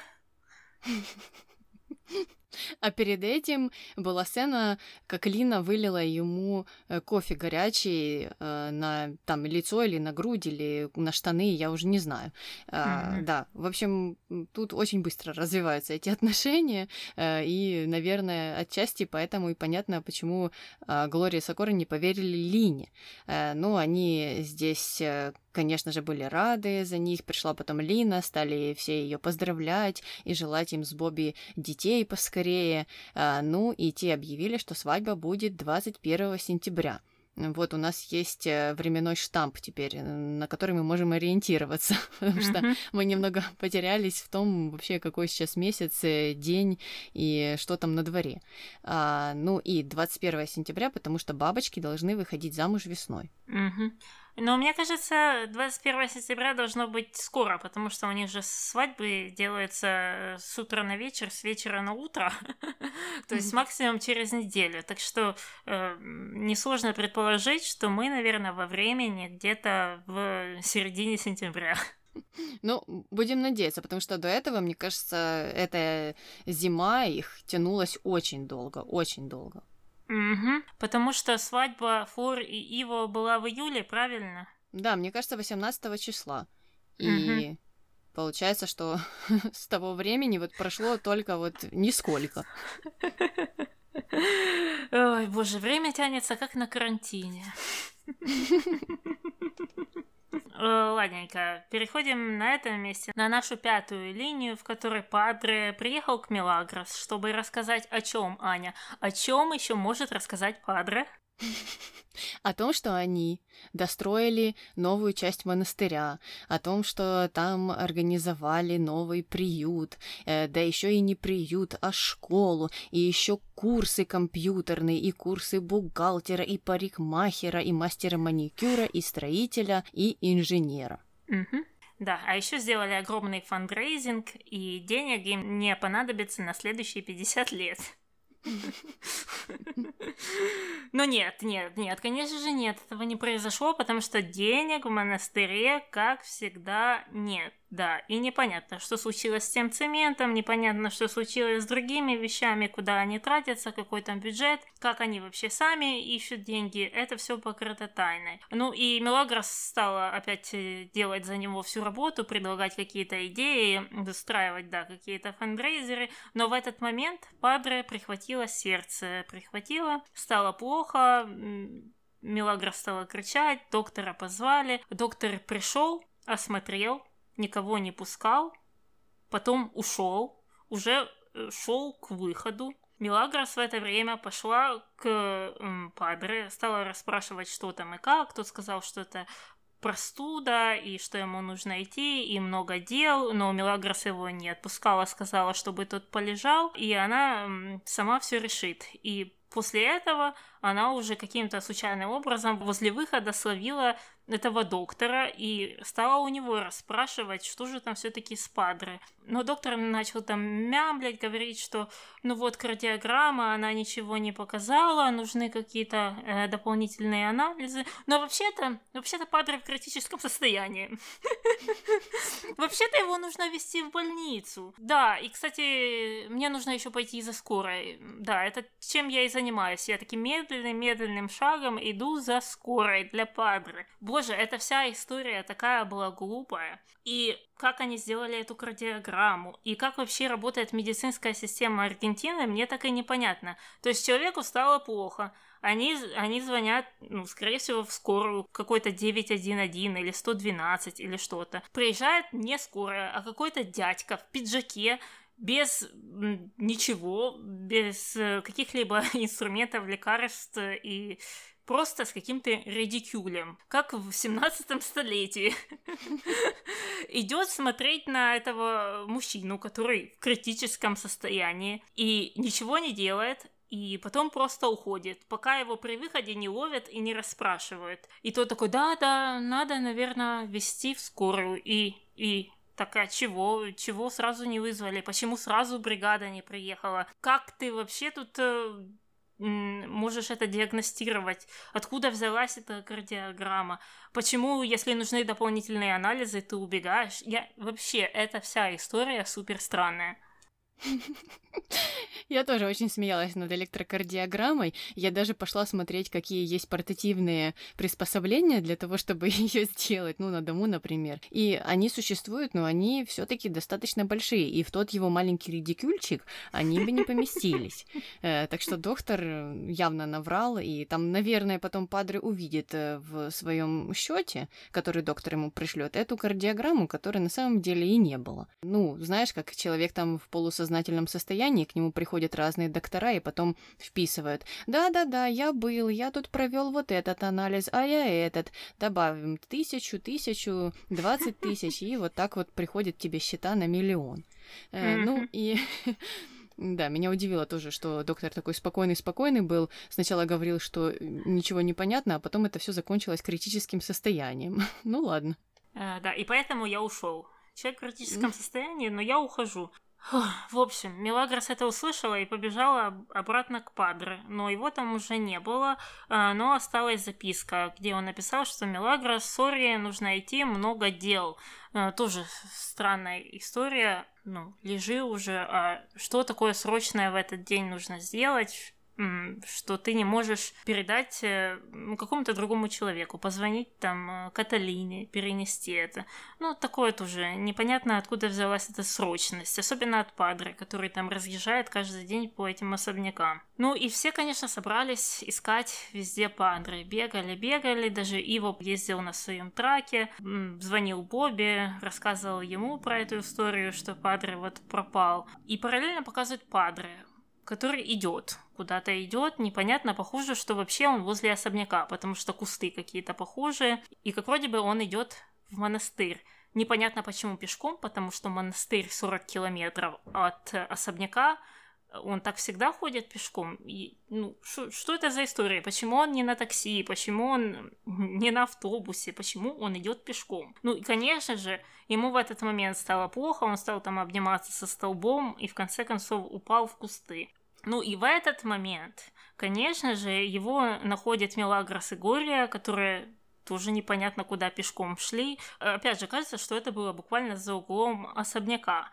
А перед этим была сцена, как Лина вылила ему кофе горячий на там лицо или на грудь, или на штаны, я уже не знаю. Да, в общем, тут очень быстро развиваются эти отношения, и, наверное, отчасти поэтому и понятно, почему Глория и Сакура не поверили Лине. Ну, они здесь, конечно же, были рады за них. Пришла потом Лина, стали все ее поздравлять и желать им с Бобби детей поскорее. Ну, и те объявили, что свадьба будет 21 сентября. Вот у нас есть временной штамп теперь, на который мы можем ориентироваться, потому что мы немного потерялись в том вообще, какой сейчас месяц, день и что там на дворе. Ну и 21 сентября, потому что бабочки должны выходить замуж весной. Но мне кажется, 21 сентября должно быть скоро, потому что у них же свадьбы делаются с утра на вечер, с вечера на утро, то есть максимум через неделю. Так что несложно предположить, что мы, наверное, во времени где-то в середине сентября. Ну, будем надеяться, потому что до этого, мне кажется, эта зима их тянулась очень долго, очень долго. Потому что свадьба Флор и Иво была в июле, правильно? Да, мне кажется, 18 числа. И получается, что с того времени вот прошло только вот нисколько. Ой, боже, время тянется как на карантине. Ладненько, переходим на этом месте на нашу 5-ю линию, в которой Падре приехал к Мелагрос, чтобы рассказать о чем, Аня? О чем еще может рассказать Падре? О том, что они достроили новую часть монастыря, о том, что там организовали новый приют, да еще и не приют, а школу, и еще курсы компьютерные, и курсы бухгалтера, и парикмахера, и мастера маникюра, и строителя, и инженера. Угу. Да, а еще сделали огромный фандрейзинг, и денег им не понадобится на следующие 50 лет. Но нет, конечно же нет, этого не произошло, потому что денег в монастыре, как всегда, нет. Да, и непонятно, что случилось с тем цементом, непонятно, что случилось с другими вещами, куда они тратятся, какой там бюджет, как они вообще сами ищут деньги, это все покрыто тайной. Ну и Мелагрос стала опять делать за него всю работу, предлагать какие-то идеи, устраивать, да, какие-то фандрейзеры, но в этот момент Падре прихватило сердце, стало плохо, Мелагрос стала кричать, доктора позвали, доктор пришел, осмотрел, никого не пускал, потом ушел, уже шел к выходу. Мелагрос в это время пошла к Падре, стала расспрашивать, что там и как. Тот сказал, что это простуда, и что ему нужно идти, и много дел, но Мелагрос его не отпускала, сказала, чтобы тот полежал, и она сама все решит. И после этого она уже каким-то случайным образом возле выхода словила этого доктора и стала у него расспрашивать, что же там все-таки с Падре. Но доктор начал там мямлять, говорить, что ну вот кардиограмма, она ничего не показала, нужны какие-то дополнительные анализы. Но вообще-то Падре в критическом состоянии. Вообще-то его нужно везти в больницу. Да, и, кстати, мне нужно еще пойти за скорой. Да, это чем я и занимаюсь. Я таким медленным шагом иду за скорой для Падре. Боже, эта вся история такая была глупая. И как они сделали эту кардиограмму, и как вообще работает медицинская система Аргентины, мне так и непонятно. То есть человеку стало плохо, они звонят, ну, скорее всего, в скорую, какой-то 911 или 112 или что-то. Приезжает не скорая, а какой-то дядька в пиджаке, без ничего, без каких-либо инструментов, лекарств и просто с каким-то редикюлем, как в 17 столетии. Идет смотреть на этого мужчину, который в критическом состоянии, и ничего не делает, и потом просто уходит, пока его при выходе не ловят и не расспрашивают. И тот такой, да, надо, наверное, везти в скорую, и... Так, а чего сразу не вызвали? Почему сразу бригада не приехала? Как ты вообще тут можешь это диагностировать? Откуда взялась эта кардиограмма? Почему, если нужны дополнительные анализы, ты убегаешь? Вообще, эта вся история супер странная. Я тоже очень смеялась над электрокардиограммой. Я даже пошла смотреть, какие есть портативные приспособления для того, чтобы ее сделать, ну, на дому, например. И они существуют, но они все-таки достаточно большие. И в тот его маленький редикюльчик они бы не поместились. Так что доктор явно наврал, и там, наверное, потом Падре увидит в своем счете, который доктор ему пришлет, эту кардиограмму, которой на самом деле и не было. Ну, знаешь, как человек там в полусознательном состоянии, к нему приходят разные доктора и потом вписывают. Да, я тут провел вот этот анализ, а я этот. Добавим 1000, 20 тысяч, и вот так вот приходят тебе счета на 1 000 000. Ну и... Да, меня удивило тоже, что доктор такой спокойный был. Сначала говорил, что ничего не понятно, а потом это все закончилось критическим состоянием. Ну ладно. Да, и поэтому я ушел. Человек в критическом состоянии, но я ухожу. В общем, Мелагрос это услышала и побежала обратно к Падре, но его там уже не было, но осталась записка, где он написал, что Мелагрос, сори, нужно идти, много дел. Тоже странная история, ну, лежи уже, а что такое срочное в этот день нужно сделать? что ты не можешь передать какому-то другому человеку, позвонить там Каталине, перенести это. Ну, такое тоже непонятно, откуда взялась эта срочность, особенно от Падре, который там разъезжает каждый день по этим особнякам. Ну, и все, конечно, собрались искать везде Падре. Бегали, даже Иво ездил на своем траке, звонил Бобби, рассказывал ему про эту историю, что Падре вот пропал. И параллельно показывает Падре, который куда-то идет, непонятно, похоже, что вообще он возле особняка, потому что кусты какие-то похожие, и как вроде бы он идет в монастырь. Непонятно почему пешком, потому что монастырь 40 километров от особняка, он так всегда ходит пешком. И, что это за история? Почему он не на такси? Почему он не на автобусе? Почему он идет пешком? Ну и, конечно же, ему в этот момент стало плохо, он стал там обниматься со столбом и в конце концов упал в кусты. Ну и в этот момент, конечно же, его находят Мелагрос и Глория, которые тоже непонятно куда пешком шли. Опять же, кажется, что это было буквально за углом особняка.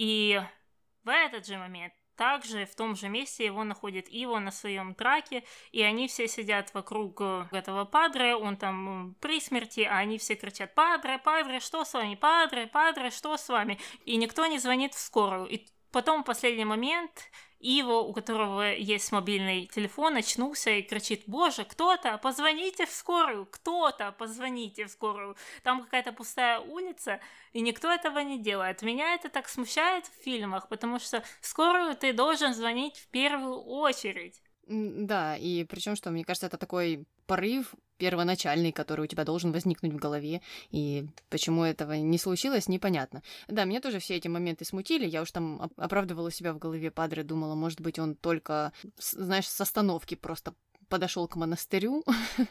И в этот же момент также в том же месте его находит Иво на своем траке, и они все сидят вокруг этого Падре, он там при смерти, а они все кричат: «Падре, Падре, что с вами? Падре, Падре, что с вами?» И никто не звонит в скорую. И потом в последний момент Иво, у которого есть мобильный телефон, очнулся и кричит: «Боже, кто-то, позвоните в скорую! Кто-то, позвоните в скорую!» Там какая-то пустая улица, и никто этого не делает. Меня это так смущает в фильмах, потому что в скорую ты должен звонить в первую очередь. Да, и причем, что, мне кажется, это такой порыв первоначальный, который у тебя должен возникнуть в голове, и почему этого не случилось, непонятно. Да, меня тоже все эти моменты смутили, я уж там оправдывала себя в голове Падре, думала, может быть, он только, знаешь, с остановки просто подошел к монастырю,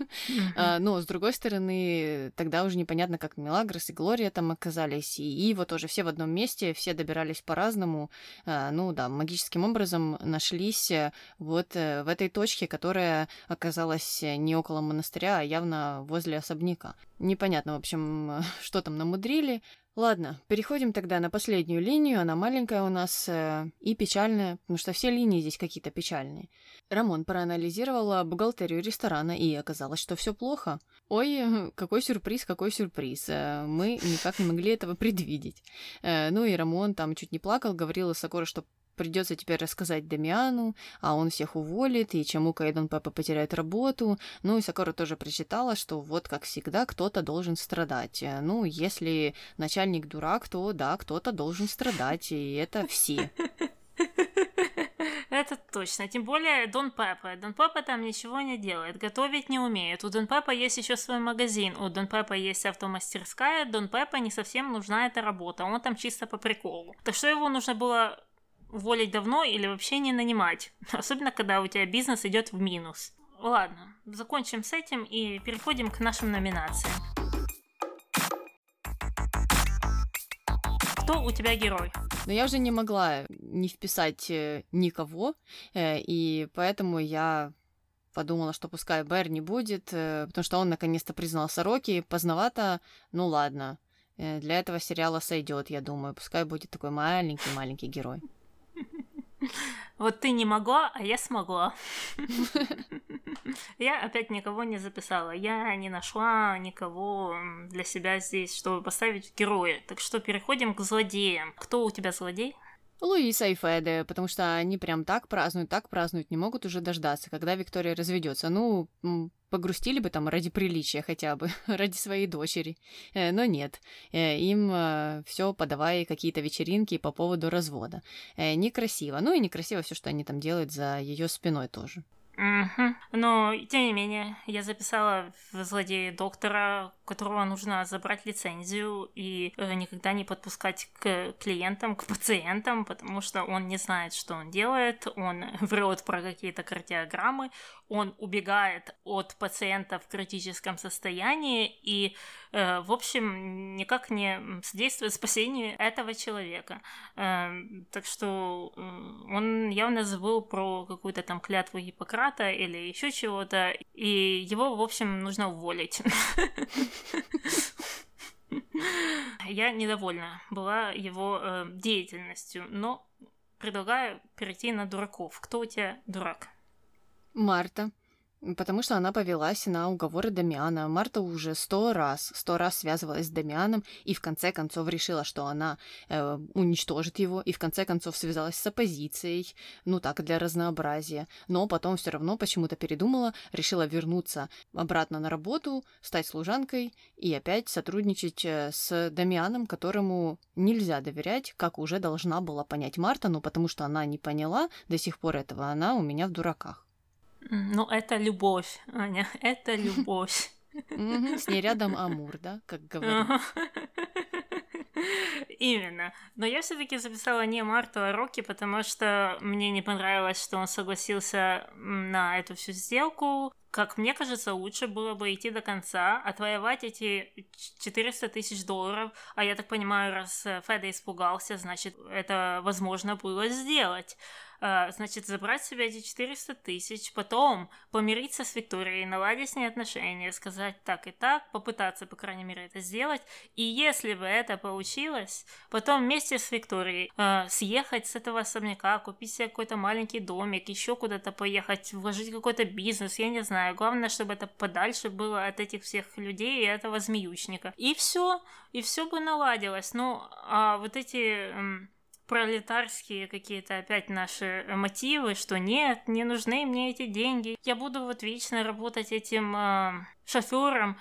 но, с другой стороны, тогда уже непонятно, как Мелагрос и Глория там оказались, и Иво тоже, все в одном месте, все добирались по-разному, ну да, магическим образом нашлись вот в этой точке, которая оказалась не около монастыря, а явно возле особняка. Непонятно, в общем, что там намудрили. Ладно, переходим тогда на последнюю линию, она маленькая у нас и печальная, потому что все линии здесь какие-то печальные. Рамон проанализировала бухгалтерию ресторана, и оказалось, что все плохо. Ой, какой сюрприз, мы никак не могли этого предвидеть. Ну и Рамон там чуть не плакал, говорил Сакура, что придется теперь рассказать Дамиану, а он всех уволит, и Чамука и Дон Пеппа потеряют работу. Ну и Сакура тоже прочитала, что вот, как всегда, кто-то должен страдать. Ну, если начальник дурак, то да, кто-то должен страдать, и это все. Это точно. Тем более Дон Пеппа. Дон Пеппа там ничего не делает, готовить не умеет. У Дон Пеппа есть еще свой магазин, у Дон Пеппа есть автомастерская, Дон Пеппа не совсем нужна эта работа, он там чисто по приколу. Так что его нужно было уволить давно или вообще не нанимать, особенно когда у тебя бизнес идет в минус. Ладно, закончим с этим и переходим к нашим номинациям. Кто у тебя герой? Но я уже не могла не вписать никого, и поэтому я подумала, что пускай Бэр не будет, потому что он наконец-то признался Рокки, поздновато, ну ладно, для этого сериала сойдет, я думаю, пускай будет такой маленький герой. Вот ты не могла, а я смогла. Я опять никого не записала. Я не нашла никого для себя здесь, чтобы поставить в героя. Так что переходим к злодеям. Кто у тебя злодей? Луиса и Феде, потому что они прям так празднуют, не могут уже дождаться, когда Виктория разведется. Ну, погрустили бы там ради приличия хотя бы, ради своей дочери. Но нет, им все подавай какие-то вечеринки по поводу развода. Некрасиво. Ну и некрасиво все, что они там делают за ее спиной тоже. Угу. Но, тем не менее, я записала в злодея доктора, у которого нужно забрать лицензию и никогда не подпускать к клиентам, к пациентам, потому что он не знает, что он делает, он врет про какие-то кардиограммы, он убегает от пациента в критическом состоянии и, в общем, никак не содействует спасению этого человека. Так что он явно забыл про какую-то там клятву Гиппократа или еще чего-то, и его, в общем, нужно уволить. Я недовольна была его деятельностью, но предлагаю перейти на дураков. Кто у тебя дурак? Марта. Потому что она повелась на уговоры Дамиана. Марта уже 100 раз связывалась с Дамианом и в конце концов решила, что она уничтожит его, и в конце концов связалась с оппозицией, ну так, для разнообразия. Но потом все равно почему-то передумала, решила вернуться обратно на работу, стать служанкой и опять сотрудничать с Дамианом, которому нельзя доверять, как уже должна была понять Марта, но потому что она не поняла до сих пор этого, она у меня в дураках. Ну, это любовь, Аня, это любовь. С ней рядом Амур, да, как говорят. Именно. Но я все-таки записала не Марту, а Рокки, потому что мне не понравилось, что он согласился на эту всю сделку. Как мне кажется, лучше было бы идти до конца, отвоевать эти $400 тысяч, а я так понимаю, раз Феда испугался, значит, это возможно было сделать. Значит, забрать себе эти 400 тысяч, потом помириться с Викторией, наладить с ней отношения, сказать так и так, попытаться, по крайней мере, это сделать. И если бы это получилось, потом вместе с Викторией съехать с этого особняка, купить себе какой-то маленький домик, еще куда-то поехать, вложить в какой-то бизнес, я не знаю. Главное, чтобы это подальше было от этих всех людей и этого змеючника. И все бы наладилось. Ну, а вот эти пролетарские какие-то опять наши мотивы, что нет, не нужны мне эти деньги, я буду вот вечно работать этим шофером.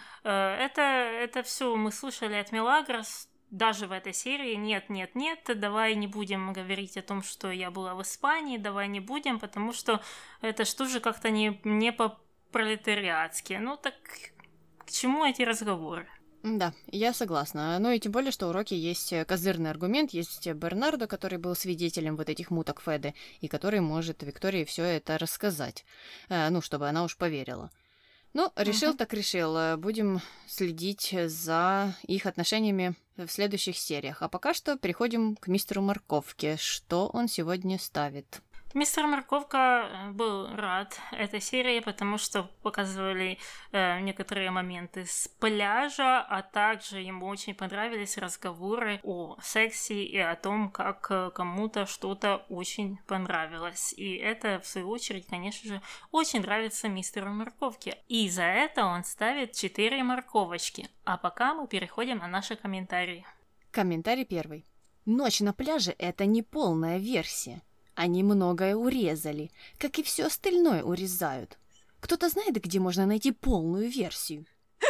Это все мы слышали от Мелагрос. Даже в этой серии нет, давай не будем говорить о том, что я была в Испании, давай не будем, потому что это ж тоже как-то не по-пролетариатски. Ну так к чему эти разговоры? Да, я согласна. Ну и тем более, что у Рокки есть козырный аргумент, есть Бернардо, который был свидетелем вот этих муток Феды, и который может Виктории все это рассказать, ну, чтобы она уж поверила. Ну, решил так решил. Будем следить за их отношениями в следующих сериях. А пока что переходим к мистеру Морковке. Что он сегодня ставит? Мистер Морковка был рад этой серии, потому что показывали некоторые моменты с пляжа, а также ему очень понравились разговоры о сексе и о том, как кому-то что-то очень понравилось. И это, в свою очередь, конечно же, очень нравится мистеру Морковке. И за это он ставит 4 морковочки. А пока мы переходим на наши комментарии. Комментарий первый. Ночь на пляже – это не полная версия. Они многое урезали, как и все остальное урезают. Кто-то знает, где можно найти полную версию?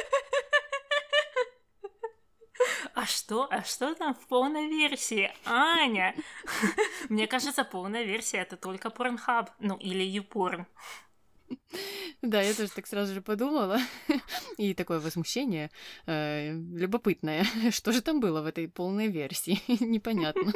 А что там в полной версии, Аня? Мне кажется, полная версия это только Pornhub, ну или YouPorn. Да, я тоже так сразу же подумала. И такое возмущение любопытное. Что же там было в этой полной версии? Непонятно.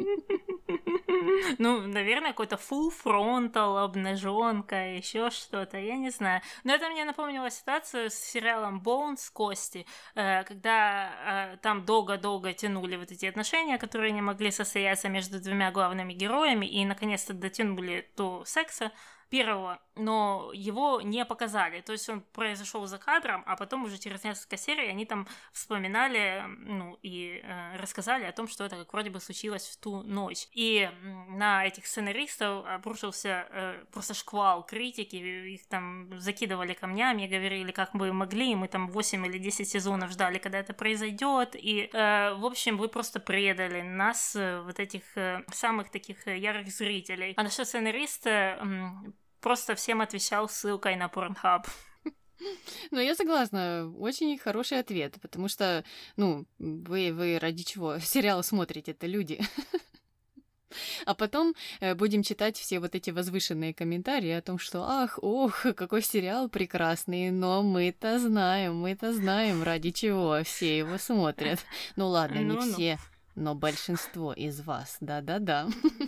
Ну, наверное, какой-то full frontal, обнаженка, еще что-то, я не знаю. Но это мне напомнило ситуацию с сериалом Bones, Кости, когда там долго-долго тянули вот эти отношения, которые не могли состояться между двумя главными героями, и наконец-то дотянули до секса первого, но его не показали. То есть он произошел за кадром, а потом уже через несколько серий они там вспоминали, ну, и рассказали о том, что это как вроде бы случилось в ту ночь. И на этих сценаристов обрушился просто шквал критики, их там закидывали камнями, говорили, как бы могли, мы там 8 или 10 сезонов ждали, когда это произойдет, и, в общем, вы просто предали нас, вот этих самых таких ярых зрителей. А наш сценарист просто всем отвечал ссылкой на Pornhub. Ну, я согласна, очень хороший ответ, потому что, ну, вы ради чего сериал смотрите-то, люди? А потом будем читать все вот эти возвышенные комментарии о том, что ах, ох, какой сериал прекрасный, но мы-то знаем, ради чего все его смотрят. Ну ладно, не все, но большинство из вас, да-да-да.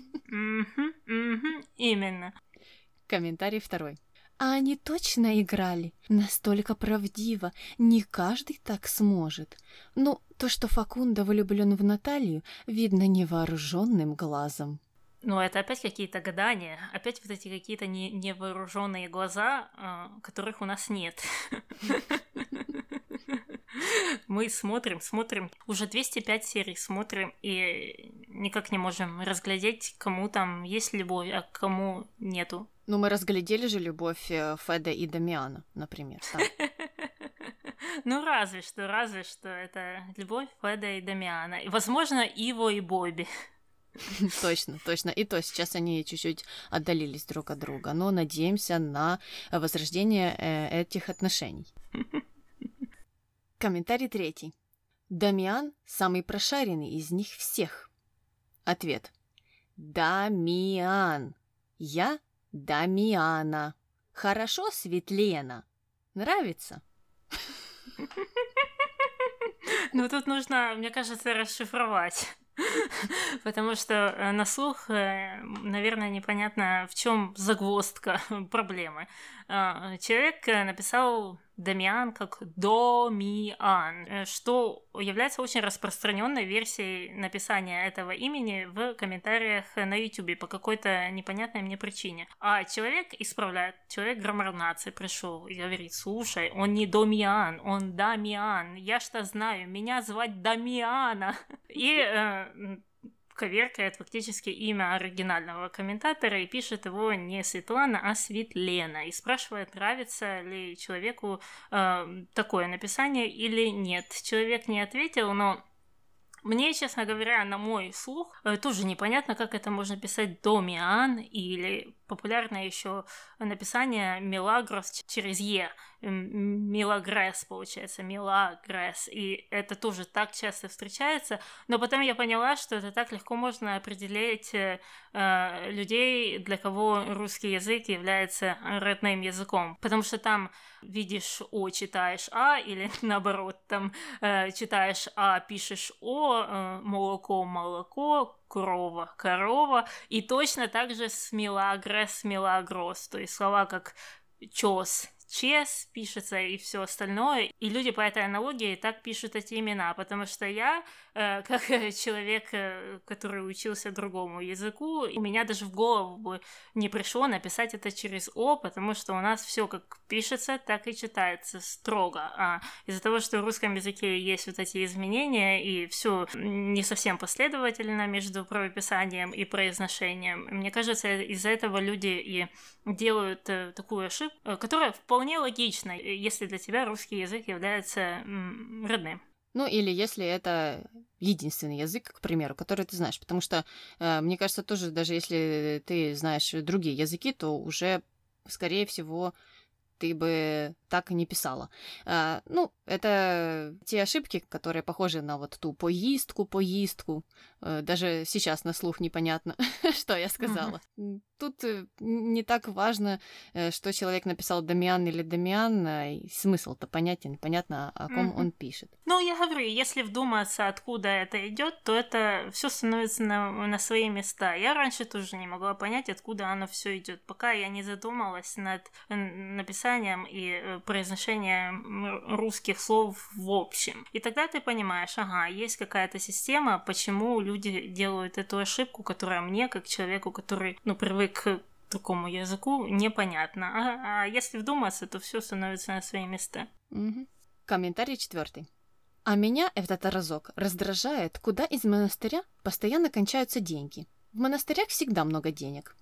Именно. Комментарий второй. А они точно играли? Настолько правдиво. Не каждый так сможет. Ну, то, что Факундо влюблен в Наталью, видно невооруженным глазом. Ну, это опять какие-то гадания. Опять вот эти какие-то невооруженные глаза, которых у нас нет. Мы смотрим, уже 205 серий смотрим, и никак не можем разглядеть, кому там есть любовь, а кому нету. Ну, мы разглядели же любовь Феда и Дамиана, например. Там. Ну, разве что это любовь Феда и Дамиана. И, возможно, Иво и Бобби. Точно. И то сейчас они чуть-чуть отдалились друг от друга, но надеемся на возрождение этих отношений. Комментарий 3. Дамиан самый прошаренный из них всех. Ответ. Дамиан. Я Дамиана. Хорошо, Светлена? Нравится? Ну, тут нужно, мне кажется, расшифровать. Потому что на слух, наверное, непонятно, в чем загвоздка проблемы. Человек написал Дамиан как Домиан, что является очень распространенной версией написания этого имени в комментариях на YouTube по какой-то непонятной мне причине. А человек исправляет, человек граммар нации пришел и говорит: слушай, он не Домиан, он Дамиан, я что знаю, меня звать Дамиана. И коверкает фактически имя оригинального комментатора и пишет его не Светлана, а Светлена. И спрашивает, нравится ли человеку такое написание или нет. Человек не ответил, но мне, честно говоря, на мой слух тоже непонятно, как это можно писать Домиан, или популярное еще написание Милагрос через Е. Милагрес, получается, Милагрес. И это тоже так часто встречается. Но потом я поняла, что это так легко можно определить людей, для кого русский язык является родным языком. Потому что там видишь О, читаешь А, или наоборот, там читаешь А, пишешь О, молоко, молоко, корова, корова. И точно так же с милагрес, милагрос. То есть слова как чес, чес пишется и все остальное. И люди по этой аналогии так пишут эти имена, потому что я, как человек, который учился другому языку, у меня даже в голову бы не пришло написать это через О, потому что у нас все как пишется, так и читается строго. А из-за того, что в русском языке есть вот эти изменения, и все не совсем последовательно между правописанием и произношением, мне кажется, из-за этого люди и делают такую ошибку, которая вполне логична, если для тебя русский язык является родным. Ну, или если это единственный язык, к примеру, который ты знаешь. Потому что, мне кажется, тоже даже если ты знаешь другие языки, то уже, скорее всего, ты бы так и не писала. Ну, это те ошибки, которые похожи на вот ту поездку. Даже сейчас на слух непонятно, что я сказала. Тут не так важно, что человек написал Дамиан или Дамиан, и смысл-то понятен, понятно, о ком он пишет. Ну, я говорю, если вдуматься, откуда это идет, то это все становится на свои места. Я раньше тоже не могла понять, откуда оно все идет, пока я не задумалась над написанием и произношением русских слов в общем. И тогда ты понимаешь, ага, есть какая-то система, почему люди делают эту ошибку, которая мне, как человеку, который, привык к такому языку, непонятно. А если вдуматься, то все становится на свои места. Комментарий 4. А меня этот разок раздражает, куда из монастыря постоянно кончаются деньги. В монастырях всегда много денег.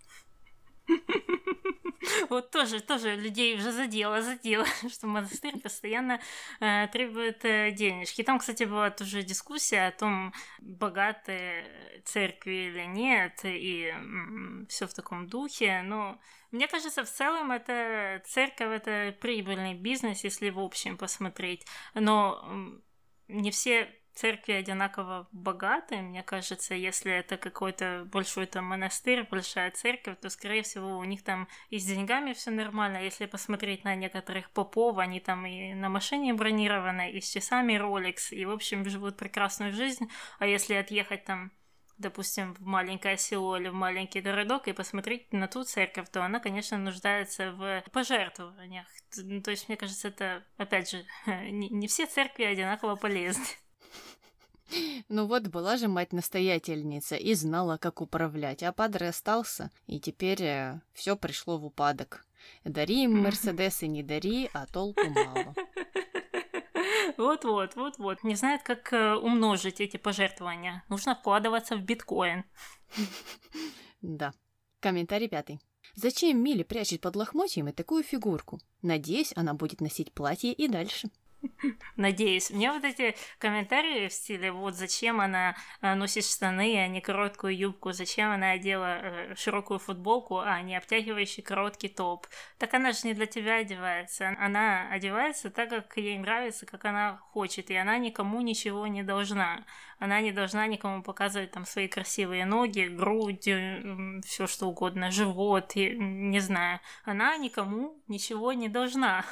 Вот тоже людей уже задело, что монастырь постоянно требует денежки. Там, кстати, была тоже дискуссия о том, богатые церкви или нет, и все в таком духе. Но мне кажется, в целом это церковь, это прибыльный бизнес, если в общем посмотреть. Но не все церкви одинаково богатые, мне кажется. Если это какой-то большой там монастырь, большая церковь, то, скорее всего, у них там и с деньгами все нормально. Если посмотреть на некоторых попов, они там и на машине бронированы, и с часами Rolex, и, в общем, живут прекрасную жизнь. А если отъехать там, допустим, в маленькое село или в маленький городок и посмотреть на ту церковь, то она, конечно, нуждается в пожертвованиях. То есть, мне кажется, это, опять же, не все церкви одинаково полезны. Ну вот, была же мать-настоятельница и знала, как управлять, а падре остался, и теперь все пришло в упадок. Дари им Мерседес и не дари, а толку мало. Вот. Не знает, как умножить эти пожертвования. Нужно вкладываться в биткоин. Да. Комментарий 5. Зачем Миле прячет под лохмотьями такую фигурку? Надеюсь, она будет носить платье и дальше. Надеюсь. Мне вот эти комментарии в стиле вот зачем она носит штаны, а не короткую юбку, зачем она одела широкую футболку, а не обтягивающий короткий топ. Так она же не для тебя одевается. Она одевается так, как ей нравится, как она хочет, и она никому ничего не должна. Она не должна никому показывать там свои красивые ноги, грудь, все что угодно, живот, не знаю. Она никому ничего не должна.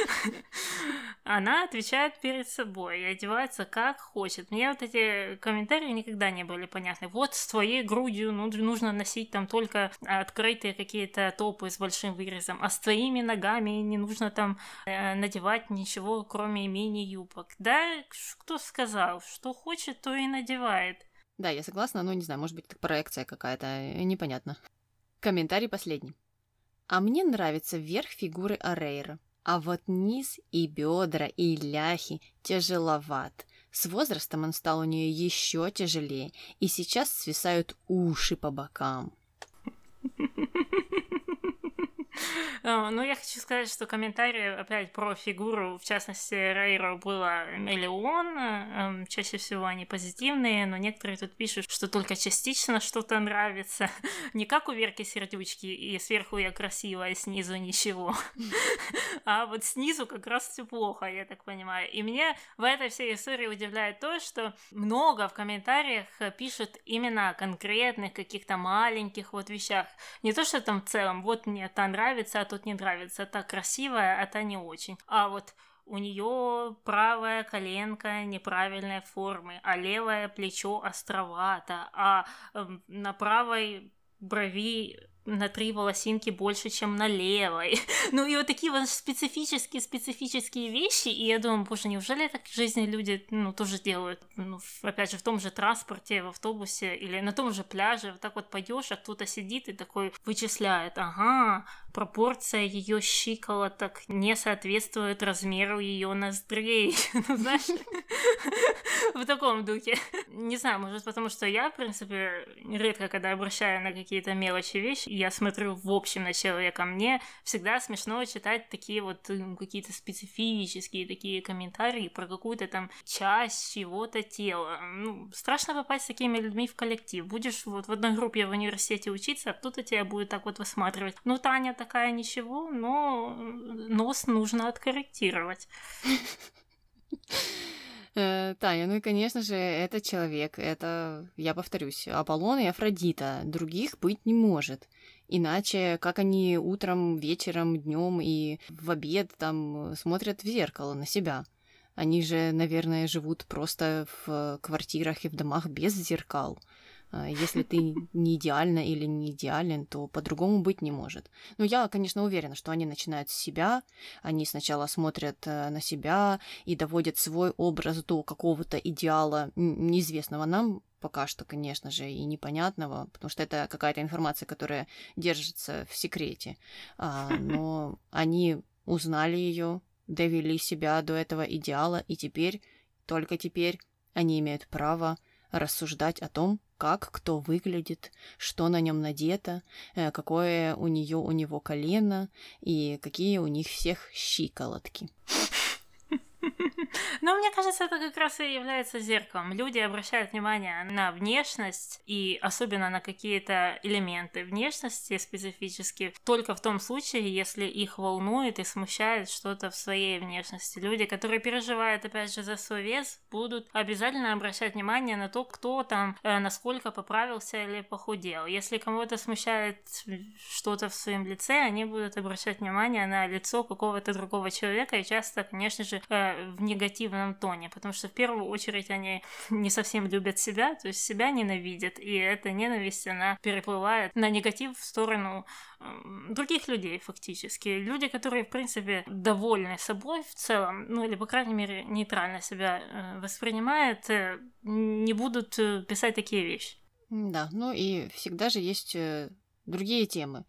Она отвечает перед собой и одевается как хочет. Мне вот эти комментарии никогда не были понятны. Вот с твоей грудью нужно носить там только открытые какие-то топы с большим вырезом, а с твоими ногами не нужно там надевать ничего, кроме мини-юбок. Да, кто сказал? Что хочет, то и надевает. Да, я согласна, но не знаю, может быть, это проекция какая-то, непонятно. Комментарий последний. А мне нравится верх фигуры Орейро. А вот низ и бедра, и ляхи тяжеловат. С возрастом он стал у нее еще тяжелее, и сейчас свисают уши по бокам. Ну, я хочу сказать, что комментарии опять про фигуру, в частности, Рейро было миллион. Чаще всего они позитивные, но некоторые тут пишут, что только частично что-то нравится. Не как у Верки Сердючки, и сверху я красивая, снизу ничего. А вот снизу как раз все плохо, я так понимаю. И мне в этой всей истории удивляет то, что много в комментариях пишут именно о конкретных каких-то маленьких вот вещах. Не то, что там в целом, вот мне та нравится, а тут не нравится, та красивая, а та не очень. А вот у нее правая коленка неправильной формы, а левое плечо островато, а на правой брови на 3 волосинки больше, чем на левой. Ну и вот такие вот специфические вещи, и я думаю, боже, неужели так в жизни люди, тоже делают? Опять же, в том же транспорте, в автобусе или на том же пляже, вот так вот пойдешь, а кто-то сидит и такой вычисляет, ага, пропорция ее щиколоток не соответствует размеру ее ноздрей. Знаешь, в таком духе. Не знаю, может, потому что я, в принципе, редко, когда обращаю на какие-то мелочи вещи, я смотрю в общем на человека. Мне всегда смешно читать такие вот какие-то специфические такие комментарии про какую-то там часть чего-то тела. Страшно попасть с такими людьми в коллектив. Будешь вот в одной группе в университете учиться, а кто-то тебя будет так вот высматривать. Таня такая ничего, но нос нужно откорректировать. Таня, и, конечно же, это человек, это, я повторюсь, Аполлон и Афродита, других быть не может. Иначе, как они утром, вечером, днем и в обед там смотрят в зеркало на себя? Они же, наверное, живут просто в квартирах и в домах без зеркал. Если ты не идеальна или не идеален, то по-другому быть не может. Я, конечно, уверена, что они начинают с себя, они сначала смотрят на себя и доводят свой образ до какого-то идеала, неизвестного нам пока что, конечно же, и непонятного, потому что это какая-то информация, которая держится в секрете. Но они узнали ее, довели себя до этого идеала, и теперь, только теперь, они имеют право рассуждать о том, как кто выглядит, что на нем надето, какое у него колено и какие у них всех щиколотки. Но мне кажется, это как раз и является зеркалом. Люди обращают внимание на внешность и особенно на какие-то элементы внешности специфические только в том случае, если их волнует и смущает что-то в своей внешности. Люди, которые переживают, опять же, за свой вес, будут обязательно обращать внимание на то, кто там, насколько поправился или похудел. Если кого-то смущает что-то в своем лице, они будут обращать внимание на лицо какого-то другого человека и часто, конечно же, в негативном тоне, потому что в первую очередь они не совсем любят себя, то есть себя ненавидят, и эта ненависть, она переплывает на негатив в сторону других людей фактически. Люди, которые, в принципе, довольны собой в целом, или, по крайней мере, нейтрально себя воспринимают, не будут писать такие вещи. Да, и всегда же есть другие темы.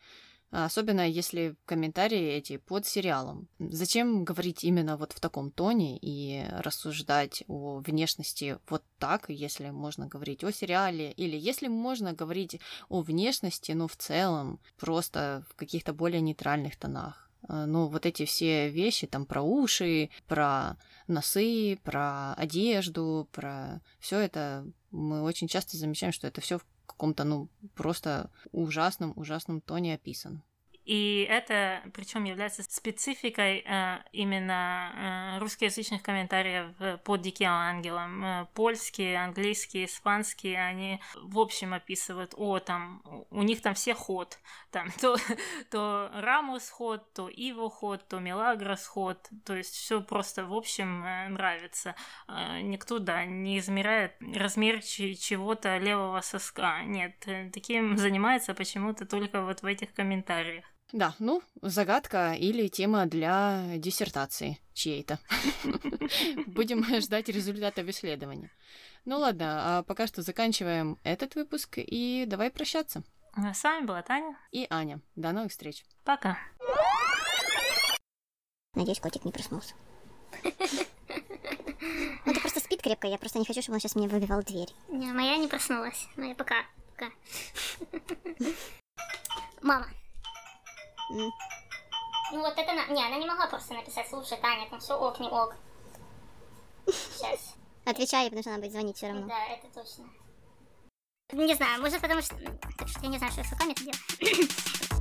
Особенно если комментарии эти под сериалом. Зачем говорить именно вот в таком тоне и рассуждать о внешности вот так, если можно говорить о сериале, или если можно говорить о внешности, ну, в целом, просто в каких-то более нейтральных тонах. Ну, вот эти все вещи, там, про уши, про носы, про одежду, про все это, мы очень часто замечаем, что это все в каком-то, ну, просто ужасном тоне описан. И это, причем, является спецификой именно русскоязычных комментариев под «Диким ангелом». Польские, английские, испанские, они в общем описывают, там, у них там все ход. Там, то Рамус ход, то Иво ход, то Мелагрос ход. То есть все просто в общем нравится. Никто, не измеряет размер чего-то левого соска. Нет, таким занимается почему-то только вот в этих комментариях. Да, ну, загадка или тема для диссертации чьей-то. Будем ждать результатов исследования. Ну ладно, а пока что заканчиваем этот выпуск и давай прощаться. С вами была Таня и Аня. До новых встреч. Пока. Надеюсь, котик не проснулся. Он просто спит крепко, я просто не хочу, чтобы он сейчас мне выбивал дверь. Не, моя не проснулась. Моя пока. Мама. Ну вот это... Не, она не могла просто написать: слушай, Таня, там все ок, не ок. Сейчас. Отвечай, потому что она будет звонить все равно. Да, это точно. Не знаю, может потому что... Так что я не знаю, что я с руками это делаю.